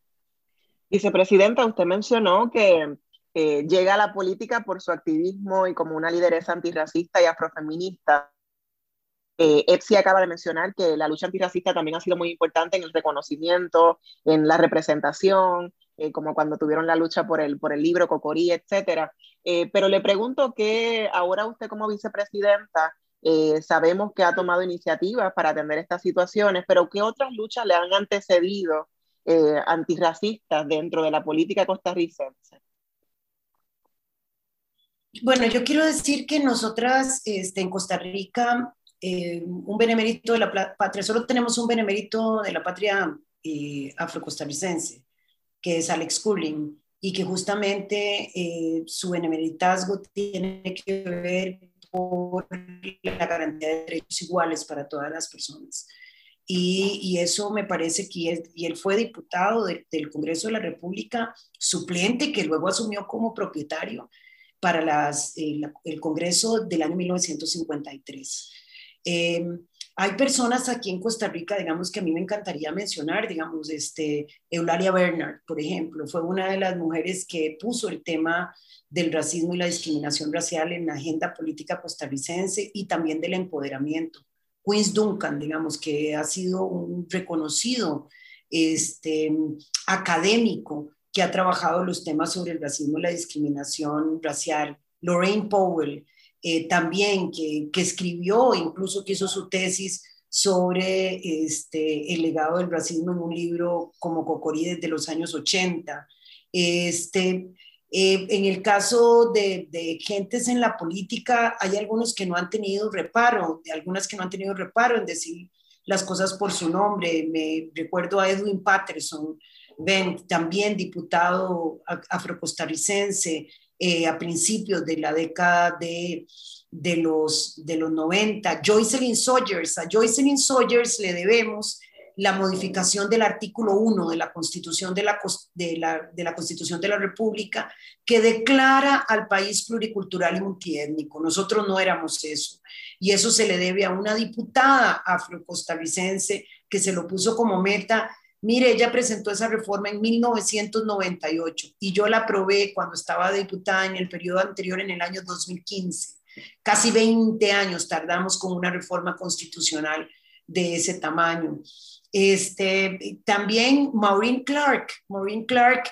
Vicepresidenta, usted mencionó que eh, llega a la política por su activismo y como una lideresa antirracista y afrofeminista. Eh, Epsi acaba de mencionar que la lucha antirracista también ha sido muy importante en el reconocimiento, en la representación, eh, como cuando tuvieron la lucha por el, por el libro Cocorí, etcétera. Eh, pero le pregunto que ahora usted como vicepresidenta, eh, sabemos que ha tomado iniciativas para atender estas situaciones, pero ¿qué otras luchas le han antecedido eh, antirracistas dentro de la política costarricense? Bueno, yo quiero decir que nosotras este, en Costa Rica, eh, un benemérito de la patria, solo tenemos un benemérito de la patria eh, afrocostarricense, que es Alex Curling, y que justamente eh, su benemeritazgo tiene que ver por la garantía de derechos iguales para todas las personas. Y, y eso me parece que él, y él fue diputado de, del Congreso de la República suplente, que luego asumió como propietario para las, eh, la, el Congreso del año mil novecientos cincuenta y tres. Eh, hay personas aquí en Costa Rica, digamos, que a mí me encantaría mencionar, digamos, este, Eulalia Bernard, por ejemplo, fue una de las mujeres que puso el tema del racismo y la discriminación racial en la agenda política costarricense y también del empoderamiento. Queens Duncan, digamos, que ha sido un reconocido este, académico que ha trabajado los temas sobre el racismo y la discriminación racial. Lorraine Powell, eh, también, que, que escribió, incluso que hizo su tesis sobre este, el legado del racismo en un libro como Cocorí desde los años ochenta. Este, eh, en el caso de, de gentes en la política, hay algunos que no han tenido reparo, de algunas que no han tenido reparo en decir las cosas por su nombre. Me recuerdo a Edwin Patterson, ven, también diputado afrocostarricense eh, a principios de la década de, de, los, de los noventa. Joycelyn Sawyers, a Joycelyn Sawyers le debemos la modificación del artículo uno de la Constitución de la, de, la, de la Constitución de la República, que declara al país pluricultural y multiétnico. Nosotros no éramos eso, y eso se le debe a una diputada afrocostarricense que se lo puso como meta. Mire, ella presentó esa reforma en mil novecientos noventa y ocho y yo la aprobé cuando estaba diputada en el periodo anterior, en el año dos mil quince. Casi veinte años tardamos con una reforma constitucional de ese tamaño. Este, también Maureen Clark, Maureen Clark,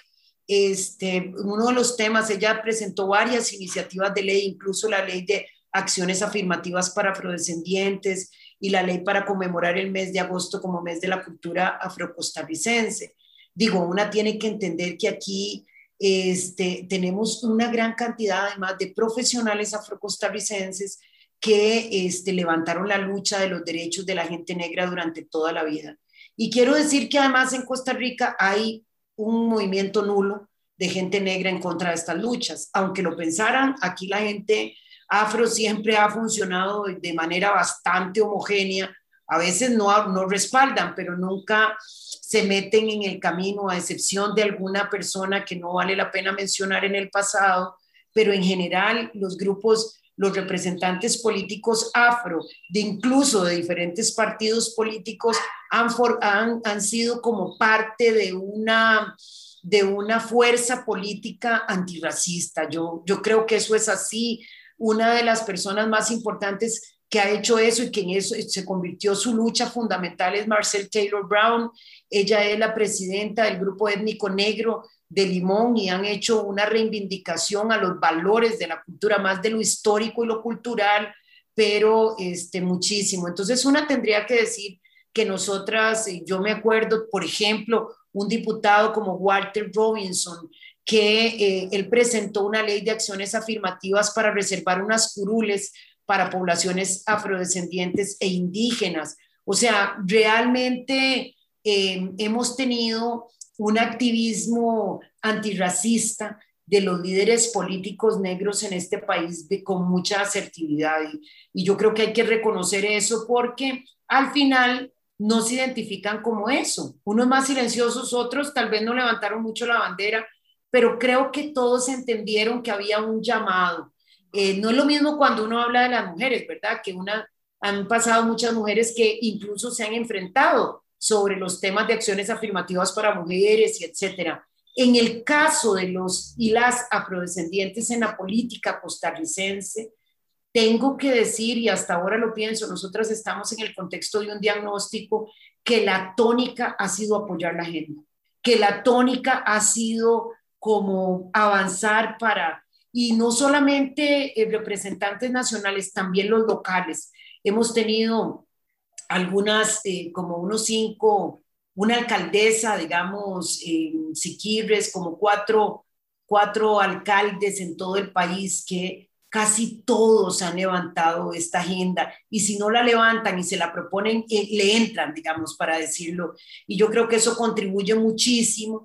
este, uno de los temas, ella presentó varias iniciativas de ley, incluso la ley de acciones afirmativas para afrodescendientes y la ley para conmemorar el mes de agosto como mes de la cultura afrocostarricense. Digo, una tiene que entender que aquí este, tenemos una gran cantidad además de profesionales afrocostarricenses que este, levantaron la lucha de los derechos de la gente negra durante toda la vida. Y quiero decir que además en Costa Rica hay un movimiento nulo de gente negra en contra de estas luchas. Aunque lo pensaran, aquí la gente afro siempre ha funcionado de manera bastante homogénea. A veces no, no respaldan, pero nunca se meten en el camino, a excepción de alguna persona que no vale la pena mencionar en el pasado, pero en general los grupos, los representantes políticos afro, de incluso de diferentes partidos políticos, han, for, han, han sido como parte de una, de una fuerza política antirracista. Yo, yo creo que eso es así. Una de las personas más importantes que ha hecho eso y que en eso se convirtió su lucha fundamental es Marcelle Taylor Brown. Ella es la presidenta del grupo étnico negro de Limón y han hecho una reivindicación a los valores de la cultura, más de lo histórico y lo cultural, pero este, muchísimo. Entonces una tendría que decir que nosotras, yo me acuerdo, por ejemplo, un diputado como Walter Robinson, que eh, él presentó una ley de acciones afirmativas para reservar unas curules para poblaciones afrodescendientes e indígenas. O sea, realmente eh, hemos tenido un activismo antirracista de los líderes políticos negros en este país de, con mucha asertividad. Y, y yo creo que hay que reconocer eso porque al final no se identifican como eso. Unos más silenciosos, otros tal vez no levantaron mucho la bandera, pero creo que todos entendieron que había un llamado. Eh, no es lo mismo cuando uno habla de las mujeres, ¿verdad? Que una, han pasado muchas mujeres que incluso se han enfrentado sobre los temas de acciones afirmativas para mujeres y etcétera. En el caso de los y las afrodescendientes en la política costarricense, tengo que decir, y hasta ahora lo pienso, nosotras estamos en el contexto de un diagnóstico que la tónica ha sido apoyar la agenda, que la tónica ha sido como avanzar para, y no solamente eh, representantes nacionales, también los locales. Hemos tenido algunas, eh, como unos cinco, una alcaldesa, digamos, en Siquirres, como cuatro, cuatro alcaldes en todo el país que casi todos han levantado esta agenda, y si no la levantan y se la proponen, eh, le entran, digamos, para decirlo. Y yo creo que eso contribuye muchísimo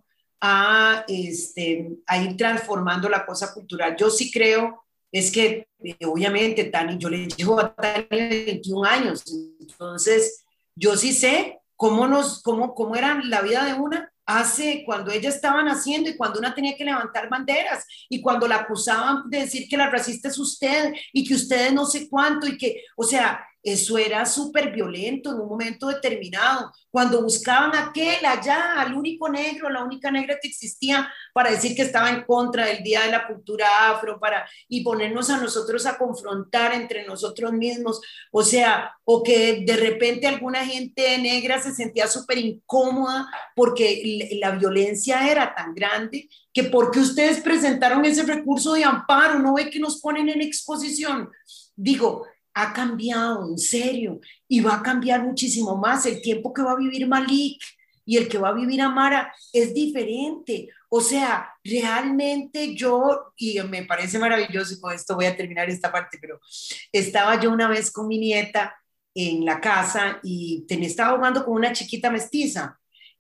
a, este, a ir transformando la cosa cultural. Yo sí creo, es que eh, obviamente Tani, yo le llevo a Tani veintiún años, entonces yo sí sé cómo, nos, cómo, cómo era la vida de una hace cuando ellas estaban haciendo y cuando una tenía que levantar banderas y cuando la acusaban de decir que la racista es usted y que ustedes no sé cuánto y que, o sea, eso era súper violento en un momento determinado, cuando buscaban a aquel allá, al único negro, la única negra que existía, para decir que estaba en contra del Día de la Cultura Afro, para, y ponernos a nosotros a confrontar entre nosotros mismos, o sea, o que de repente alguna gente negra se sentía súper incómoda porque la violencia era tan grande, que porque ustedes presentaron ese recurso de amparo, no ve que nos ponen en exposición. Digo, ha cambiado, en serio, y va a cambiar muchísimo más. El tiempo que va a vivir Malik y el que va a vivir Amara es diferente. O sea, realmente yo, y me parece maravilloso, y con esto voy a terminar esta parte, pero estaba yo una vez con mi nieta en la casa y tenía, estaba jugando con una chiquita mestiza,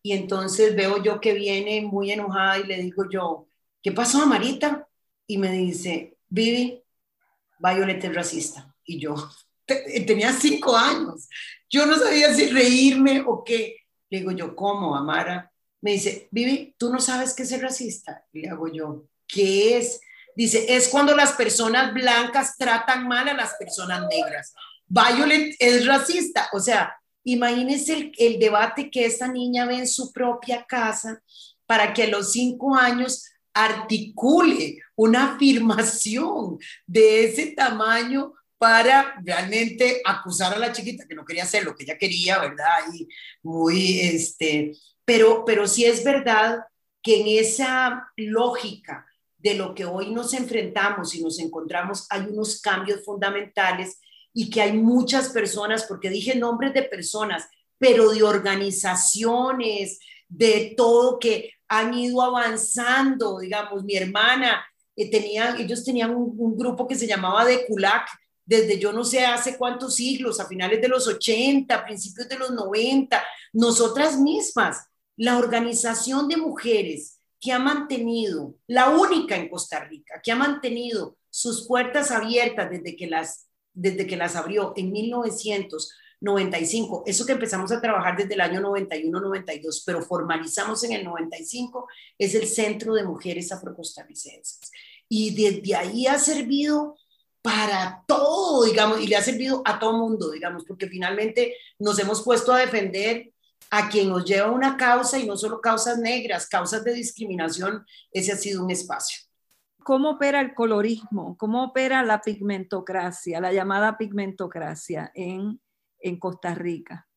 Y entonces veo yo que viene muy enojada y le digo yo, ¿qué pasó, Amarita? Y me dice, Vivi, Violet es racista. Y yo te, tenía cinco años. Yo no sabía si reírme o qué. Le digo yo, ¿cómo, Amara? Me dice, Vivi, ¿tú no sabes qué es ser racista? Y le hago yo, ¿qué es? Dice, es cuando las personas blancas tratan mal a las personas negras. Violet es racista. O sea, imagínense el, el debate que esta niña ve en su propia casa para que a los cinco años articule una afirmación de ese tamaño para realmente acusar a la chiquita que no quería hacer lo que ella quería, ¿verdad? Y muy, este, pero, pero sí es verdad que en esa lógica de lo que hoy nos enfrentamos y nos encontramos hay unos cambios fundamentales y que hay muchas personas, porque dije nombres de personas, pero de organizaciones, de todo que han ido avanzando, digamos, mi hermana, eh, tenía, ellos tenían un, un grupo que se llamaba de Culac, desde yo no sé hace cuántos siglos, a finales de los ochenta, principios de los noventa, nosotras mismas, la organización de mujeres que ha mantenido, la única en Costa Rica, que ha mantenido sus puertas abiertas desde que las, desde que las abrió en mil novecientos noventa y cinco, eso que empezamos a trabajar desde el año noventa y uno noventa y dos, pero formalizamos en el noventa y cinco, es el Centro de Mujeres Afrocostarricenses. Y desde ahí ha servido para todo, digamos, y le ha servido a todo mundo, digamos, porque finalmente nos hemos puesto a defender a quien nos lleva una causa y no solo causas negras, causas de discriminación, ese ha sido un espacio. ¿Cómo opera el colorismo? ¿Cómo opera la pigmentocracia, la llamada pigmentocracia en, en Costa Rica?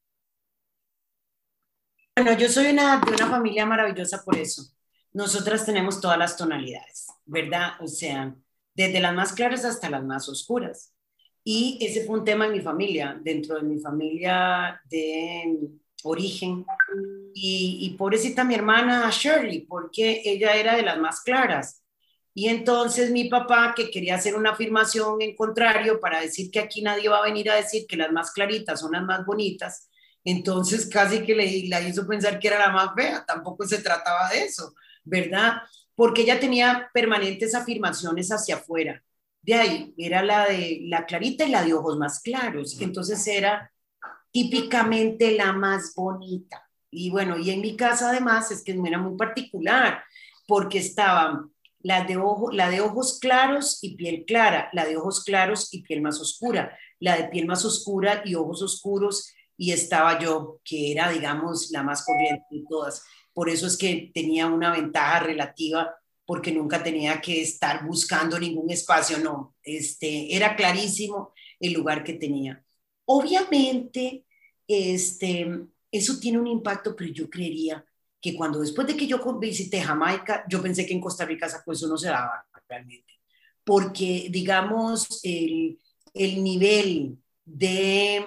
Bueno, yo soy una, de una familia maravillosa por eso. Nosotras tenemos todas las tonalidades, ¿verdad? O sea, desde las más claras hasta las más oscuras. Y ese fue un tema en mi familia, dentro de mi familia de origen. Y, y pobrecita mi hermana Shirley, porque ella era de las más claras. Y entonces mi papá, que quería hacer una afirmación en contrario para decir que aquí nadie va a venir a decir que las más claritas son las más bonitas, entonces casi que le, la hizo pensar que era la más fea. Tampoco se trataba de eso, ¿verdad? Porque ella tenía permanentes afirmaciones hacia afuera. De ahí era la de la clarita y la de ojos más claros. Entonces era típicamente la más bonita. Y bueno, y en mi casa además es que era muy particular, porque estaban la de, ojo, la de ojos claros y piel clara, la de ojos claros y piel más oscura, la de piel más oscura y ojos oscuros, y estaba yo, que era, digamos, la más corriente de todas. Por eso es que tenía una ventaja relativa, porque nunca tenía que estar buscando ningún espacio, no, este, era clarísimo el lugar que tenía. Obviamente, este, eso tiene un impacto, pero yo creería que cuando después de que yo visité Jamaica, yo pensé que en Costa Rica esa cosa no se daba realmente, porque digamos el, el nivel de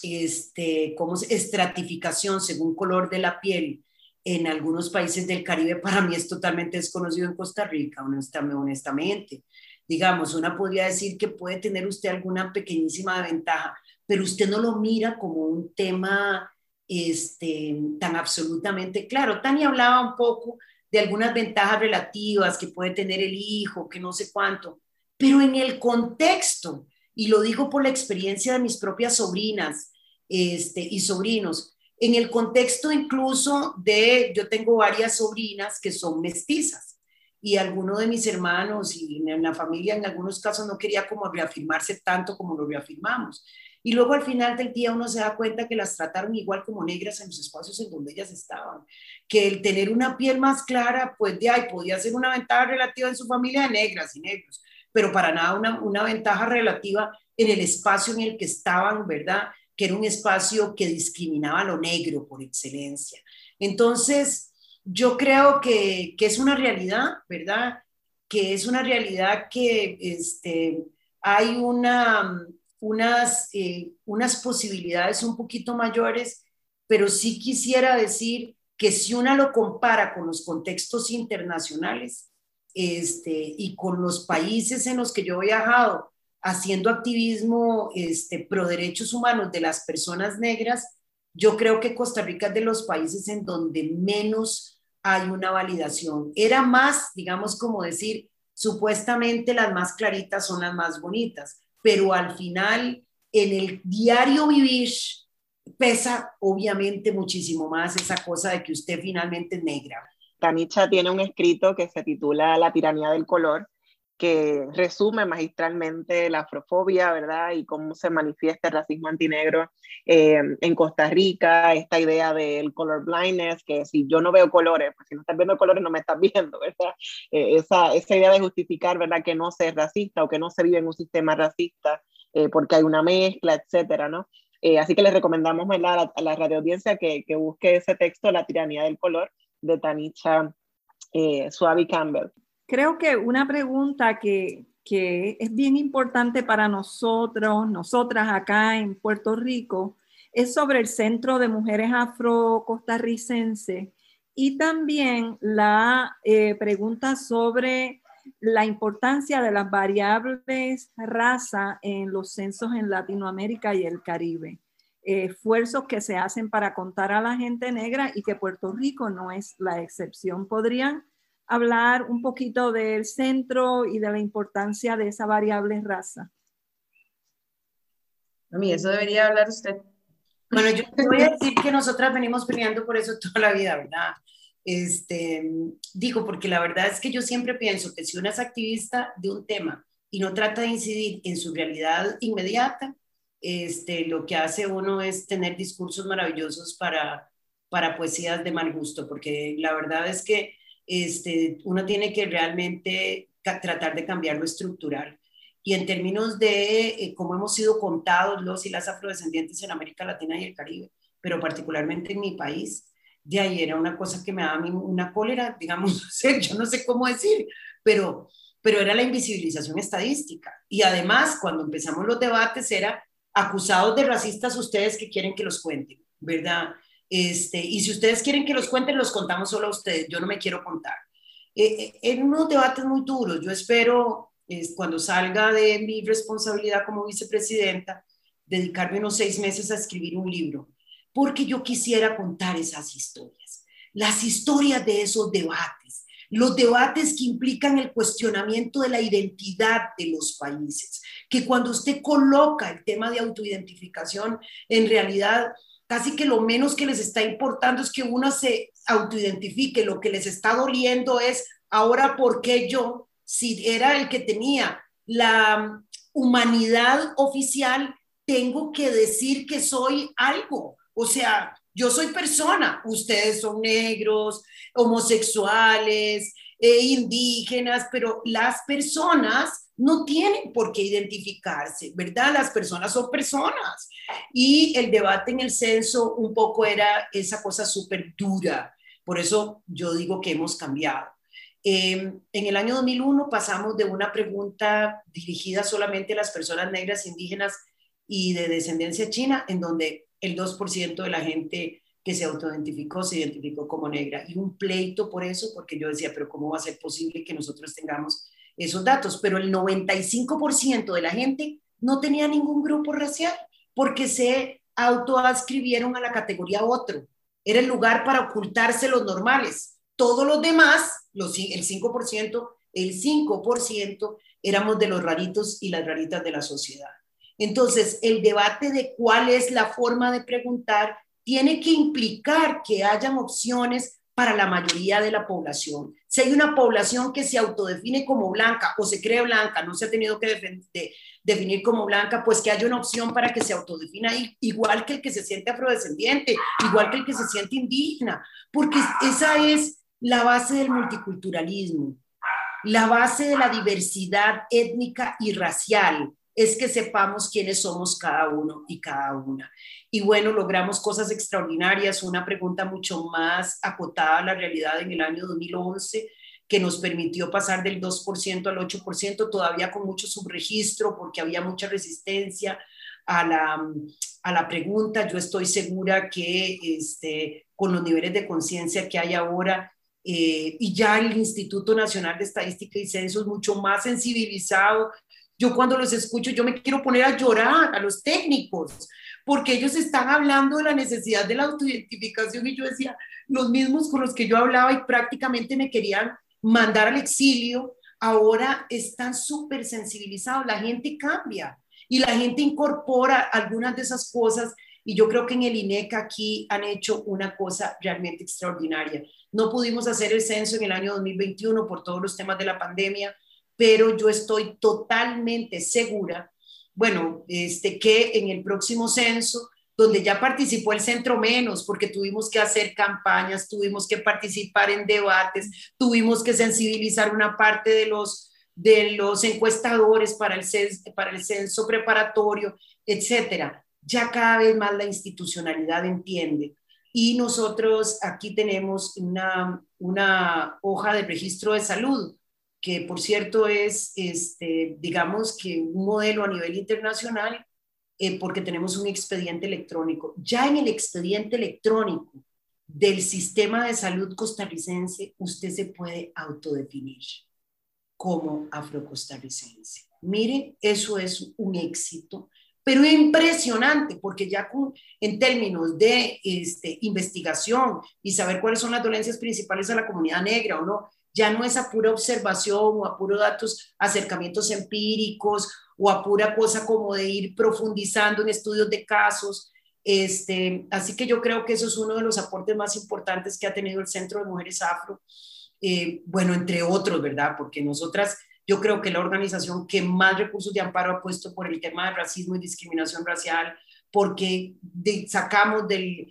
este, ¿cómo se, estratificación según color de la piel en algunos países del Caribe para mí es totalmente desconocido en Costa Rica, honestamente. Digamos, una podría decir que puede tener usted alguna pequeñísima ventaja, pero usted no lo mira como un tema Este, tan absolutamente claro. Tania hablaba un poco de algunas ventajas relativas que puede tener el hijo, que no sé cuánto, pero en el contexto, y lo digo por la experiencia de mis propias sobrinas este, y sobrinos, en el contexto incluso de, yo tengo varias sobrinas que son mestizas, y alguno de mis hermanos y en la familia en algunos casos no quería como reafirmarse tanto como lo reafirmamos. Y luego al final del día uno se da cuenta que las trataron igual como negras en los espacios en donde ellas estaban. Que el tener una piel más clara, pues de ahí podía ser una ventaja relativa en su familia de negras y negros, pero para nada una, una ventaja relativa en el espacio en el que estaban, ¿verdad? Que era un espacio que discriminaba lo negro por excelencia. Entonces, yo creo que, que es una realidad, ¿verdad? Que es una realidad que este, hay una... Unas, eh, unas posibilidades un poquito mayores, pero sí quisiera decir que si una lo compara con los contextos internacionales este, y con los países en los que yo he viajado haciendo activismo este, pro derechos humanos de las personas negras, yo creo que Costa Rica es de los países en donde menos hay una validación. Era más, digamos, como decir, supuestamente las más claritas son las más bonitas, pero al final, en el diario vivir, pesa obviamente muchísimo más esa cosa de que usted finalmente es negra. Tanicha tiene un escrito que se titula La tiranía del color, que resume magistralmente la afrofobia, ¿verdad? Y cómo se manifiesta el racismo antinegro eh, en Costa Rica, esta idea del color blindness, que si yo no veo colores, pues si no estás viendo colores no me estás viendo, ¿verdad? Eh, esa, esa idea de justificar, ¿verdad? Que no se es racista o que no se vive en un sistema racista eh, porque hay una mezcla, etcétera, ¿no? Eh, así que les recomendamos, ¿verdad? A la, a la radioaudiencia que, que busque ese texto, La tiranía del color, de Tanisha eh, Suavi Campbell. Creo que una pregunta que, que es bien importante para nosotros, nosotras acá en Puerto Rico, es sobre el Centro de Mujeres Afro-Costarricenses y también la eh, pregunta sobre la importancia de las variables raza en los censos en Latinoamérica y el Caribe. Eh, esfuerzos que se hacen para contar a la gente negra y que Puerto Rico no es la excepción. ¿Podrían hablar un poquito del centro y de la importancia de esa variable raza? A mí, eso debería hablar usted. Bueno, yo te voy a decir que nosotras venimos peleando por eso toda la vida, ¿verdad? Este, digo, porque la verdad es que yo siempre pienso que si una es activista de un tema y no trata de incidir en su realidad inmediata, este, lo que hace uno es tener discursos maravillosos para, para poesías de mal gusto, porque la verdad es que este, uno tiene que realmente tratar de cambiar lo estructural. Y en términos de eh, cómo hemos sido contados los y las afrodescendientes en América Latina y el Caribe, pero particularmente en mi país, de ahí era una cosa que me daba a mí una cólera, digamos, yo no sé cómo decir, pero, pero era la invisibilización estadística. Y además, cuando empezamos los debates, era acusados de racistas ustedes que quieren que los cuenten, ¿verdad? Este, y si ustedes quieren que los cuenten, los contamos solo a ustedes, yo no me quiero contar. Eh, eh, en unos debates muy duros, yo espero, eh, cuando salga de mi responsabilidad como vicepresidenta, dedicarme unos seis meses a escribir un libro, porque yo quisiera contar esas historias, las historias de esos debates, los debates que implican el cuestionamiento de la identidad de los países, que cuando usted coloca el tema de autoidentificación, en realidad casi que lo menos que les está importando es que uno se autoidentifique, lo que les está doliendo es ahora por qué yo, si era el que tenía la humanidad oficial, tengo que decir que soy algo. O sea, yo soy persona, ustedes son negros, homosexuales, eh, indígenas, pero las personas no tienen por qué identificarse, ¿verdad? Las personas son personas. Y el debate en el censo un poco era esa cosa súper dura. Por eso yo digo que hemos cambiado. Eh, en el año dos mil uno pasamos de una pregunta dirigida solamente a las personas negras, indígenas y de descendencia china, en donde el dos por ciento de la gente que se autoidentificó se identificó como negra. Y un pleito por eso, porque yo decía, pero ¿cómo va a ser posible que nosotros tengamos esos datos? Pero el noventa y cinco por ciento de la gente no tenía ningún grupo racial, porque se autoadscribieron a la categoría otro. Era el lugar para ocultarse los normales. Todos los demás, los, el cinco por ciento, el cinco por ciento éramos de los raritos y las raritas de la sociedad. Entonces, el debate de cuál es la forma de preguntar tiene que implicar que hayan opciones para la mayoría de la población. Si hay una población que se autodefine como blanca o se cree blanca, no se ha tenido que de, de, definir como blanca, pues que haya una opción para que se autodefina igual que el que se siente afrodescendiente, igual que el que se siente indígena, porque esa es la base del multiculturalismo, la base de la diversidad étnica y racial, es que sepamos quiénes somos cada uno y cada una. Y bueno, logramos cosas extraordinarias, una pregunta mucho más acotada a la realidad en el año dos mil once, que nos permitió pasar del dos por ciento al ocho por ciento, todavía con mucho subregistro, porque había mucha resistencia a la, a la pregunta. Yo estoy segura que este, con los niveles de conciencia que hay ahora, eh, y ya el Instituto Nacional de Estadística y Censo es mucho más sensibilizado. Yo cuando los escucho, yo me quiero poner a llorar a los técnicos, porque ellos están hablando de la necesidad de la autoidentificación y yo decía, los mismos con los que yo hablaba y prácticamente me querían mandar al exilio, ahora están súper sensibilizados, la gente cambia y la gente incorpora algunas de esas cosas y yo creo que en el INEC aquí han hecho una cosa realmente extraordinaria. No pudimos hacer el censo en el año dos mil veintiuno por todos los temas de la pandemia, pero yo estoy totalmente segura, bueno, este, que en el próximo censo, donde ya participó el centro menos, porque tuvimos que hacer campañas, tuvimos que participar en debates, tuvimos que sensibilizar una parte de los, de los encuestadores para el, censo, para el censo preparatorio, etcétera. Ya cada vez más la institucionalidad entiende. Y nosotros aquí tenemos una, una hoja de registro de salud, que por cierto es, este, digamos que un modelo a nivel internacional, eh, porque tenemos un expediente electrónico. Ya en el expediente electrónico del sistema de salud costarricense, usted se puede autodefinir como afrocostarricense. Mire, eso es un éxito, pero impresionante, porque ya con, en términos de este, investigación y saber cuáles son las dolencias principales de la comunidad negra o no, ya no es a pura observación o a puros datos, acercamientos empíricos o a pura cosa como de ir profundizando en estudios de casos. Este, así que yo creo que eso es uno de los aportes más importantes que ha tenido el Centro de Mujeres Afro, eh, bueno, entre otros, ¿verdad? Porque nosotras, yo creo que la organización que más recursos de amparo ha puesto por el tema de racismo y discriminación racial, porque de, sacamos de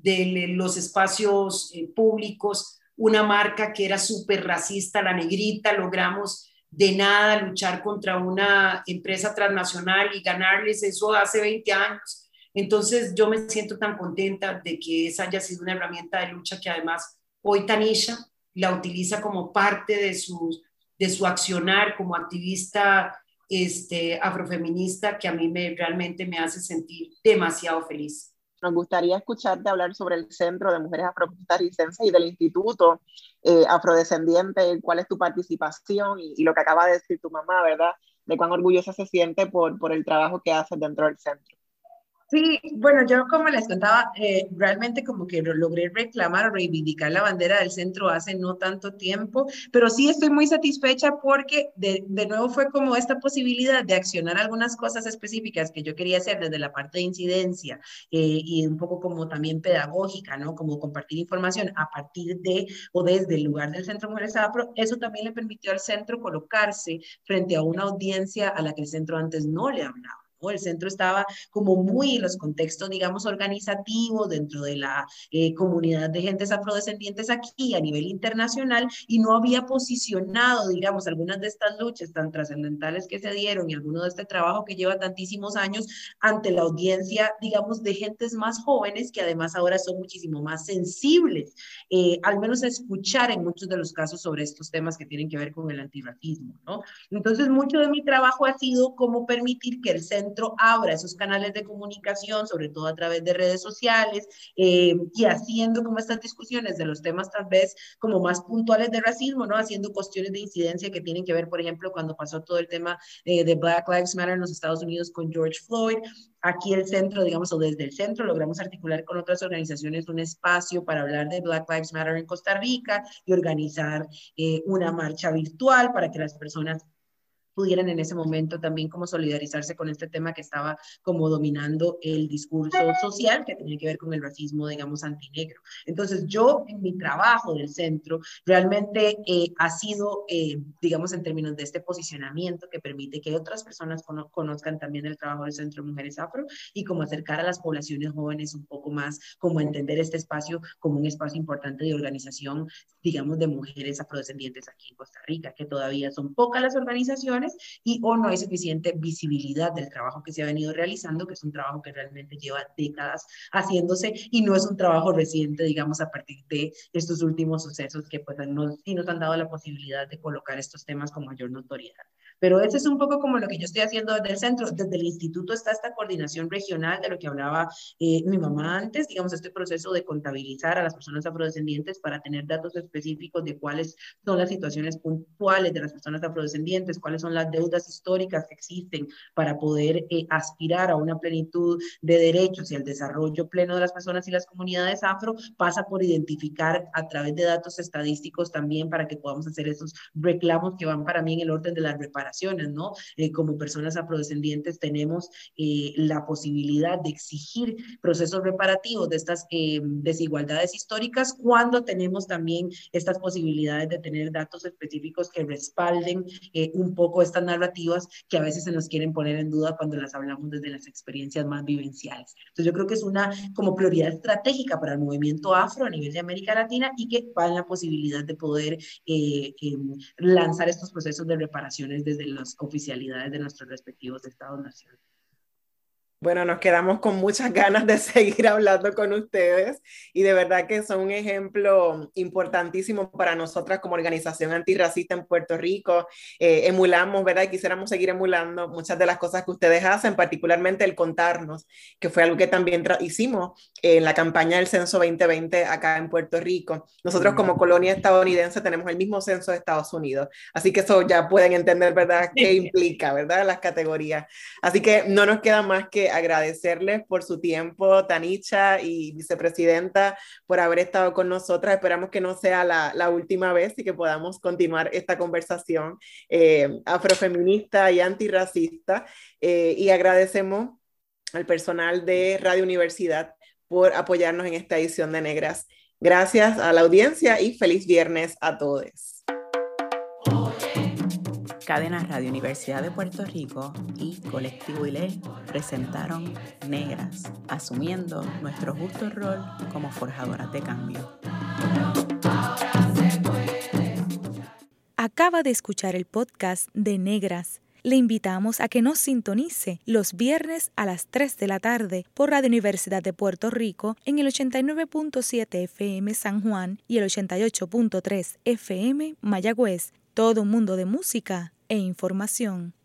los espacios eh, públicos una marca que era súper racista, la negrita, logramos de nada luchar contra una empresa transnacional y ganarles eso hace veinte años. Entonces yo me siento tan contenta de que esa haya sido una herramienta de lucha que además hoy Tanisha la utiliza como parte de su, de su accionar como activista este, afrofeminista, que a mí me, realmente me hace sentir demasiado feliz. Nos gustaría escucharte hablar sobre el Centro de Mujeres Afrocostarricenses y del Instituto eh, Afrodescendiente, cuál es tu participación y, y lo que acaba de decir tu mamá, ¿verdad? De cuán orgullosa se siente por, por el trabajo que haces dentro del centro. Sí, bueno, yo como les contaba, eh, realmente como que logré reclamar o reivindicar la bandera del centro hace no tanto tiempo, pero sí estoy muy satisfecha porque de, de nuevo fue como esta posibilidad de accionar algunas cosas específicas que yo quería hacer desde la parte de incidencia eh, y un poco como también pedagógica, ¿no? Como compartir información a partir de o desde el lugar del Centro Mujeres Afro. Eso también le permitió al centro colocarse frente a una audiencia a la que el centro antes no le hablaba. El centro estaba como muy en los contextos, digamos, organizativos dentro de la eh, comunidad de gentes afrodescendientes aquí a nivel internacional y no había posicionado, digamos, algunas de estas luchas tan trascendentales que se dieron y alguno de este trabajo que lleva tantísimos años ante la audiencia, digamos, de gentes más jóvenes que además ahora son muchísimo más sensibles, eh, al menos a escuchar en muchos de los casos sobre estos temas que tienen que ver con el antirracismo, ¿no? Entonces, mucho de mi trabajo ha sido cómo permitir que el centro abra esos canales de comunicación, sobre todo a través de redes sociales, eh, y haciendo como estas discusiones de los temas tal vez como más puntuales de racismo, ¿no? Haciendo cuestiones de incidencia que tienen que ver, por ejemplo, cuando pasó todo el tema eh, de Black Lives Matter en los Estados Unidos con George Floyd. Aquí el centro, digamos, o desde el centro logramos articular con otras organizaciones un espacio para hablar de Black Lives Matter en Costa Rica y organizar eh, una marcha virtual para que las personas pudieran en ese momento también como solidarizarse con este tema que estaba como dominando el discurso social que tenía que ver con el racismo, digamos, antinegro. Entonces yo en mi trabajo del centro realmente eh, ha sido, eh, digamos, en términos de este posicionamiento que permite que otras personas cono conozcan también el trabajo del Centro de Mujeres Afro y como acercar a las poblaciones jóvenes un poco más, como entender este espacio como un espacio importante de organización, digamos, de mujeres afrodescendientes aquí en Costa Rica, que todavía son pocas las organizaciones y o no hay suficiente visibilidad del trabajo que se ha venido realizando, que es un trabajo que realmente lleva décadas haciéndose y no es un trabajo reciente, digamos, a partir de estos últimos sucesos que pues nos, sí nos han dado la posibilidad de colocar estos temas con mayor notoriedad. Pero eso es un poco como lo que yo estoy haciendo desde el centro. Desde el instituto está esta coordinación regional de lo que hablaba eh, mi mamá antes, digamos, este proceso de contabilizar a las personas afrodescendientes para tener datos específicos de cuáles son las situaciones puntuales de las personas afrodescendientes, cuáles son las deudas históricas que existen para poder eh, aspirar a una plenitud de derechos y al desarrollo pleno de las personas y las comunidades afro, pasa por identificar a través de datos estadísticos también para que podamos hacer esos reclamos que van para mí en el orden de las reparaciones, ¿no? Eh, como personas afrodescendientes tenemos eh, la posibilidad de exigir procesos reparativos de estas eh, desigualdades históricas cuando tenemos también estas posibilidades de tener datos específicos que respalden eh, un poco estas narrativas que a veces se nos quieren poner en duda cuando las hablamos desde las experiencias más vivenciales. Entonces yo creo que es una como prioridad estratégica para el movimiento afro a nivel de América Latina y que va en la posibilidad de poder eh, eh, lanzar estos procesos de reparaciones desde las oficialidades de nuestros respectivos estados-nación. Bueno, nos quedamos con muchas ganas de seguir hablando con ustedes y de verdad que son un ejemplo importantísimo para nosotras como organización antirracista en Puerto Rico. Eh, emulamos, ¿verdad? Y quisiéramos seguir emulando muchas de las cosas que ustedes hacen, particularmente el contarnos, que fue algo que también hicimos en la campaña del Censo veinte veinte acá en Puerto Rico. Nosotros como colonia estadounidense tenemos el mismo censo de Estados Unidos, así que eso ya pueden entender, ¿verdad? ¿Qué implica, ¿verdad? Las categorías. Así que no nos queda más que agradecerles por su tiempo, Tanicha y vicepresidenta, por haber estado con nosotras. Esperamos que no sea la, la última vez y que podamos continuar esta conversación eh, afrofeminista y antirracista. Eh, y agradecemos al personal de Radio Universidad por apoyarnos en esta edición de Negras. Gracias a la audiencia y feliz viernes a todos. Cadena Radio Universidad de Puerto Rico y Colectivo I L E presentaron Negras, asumiendo nuestro justo rol como forjadoras de cambio. Acaba de escuchar el podcast de Negras. Le invitamos a que nos sintonice los viernes a las tres de la tarde por Radio Universidad de Puerto Rico en el ochenta y nueve punto siete F M San Juan y el ochenta y ocho punto tres F M Mayagüez. Todo un mundo de música e información.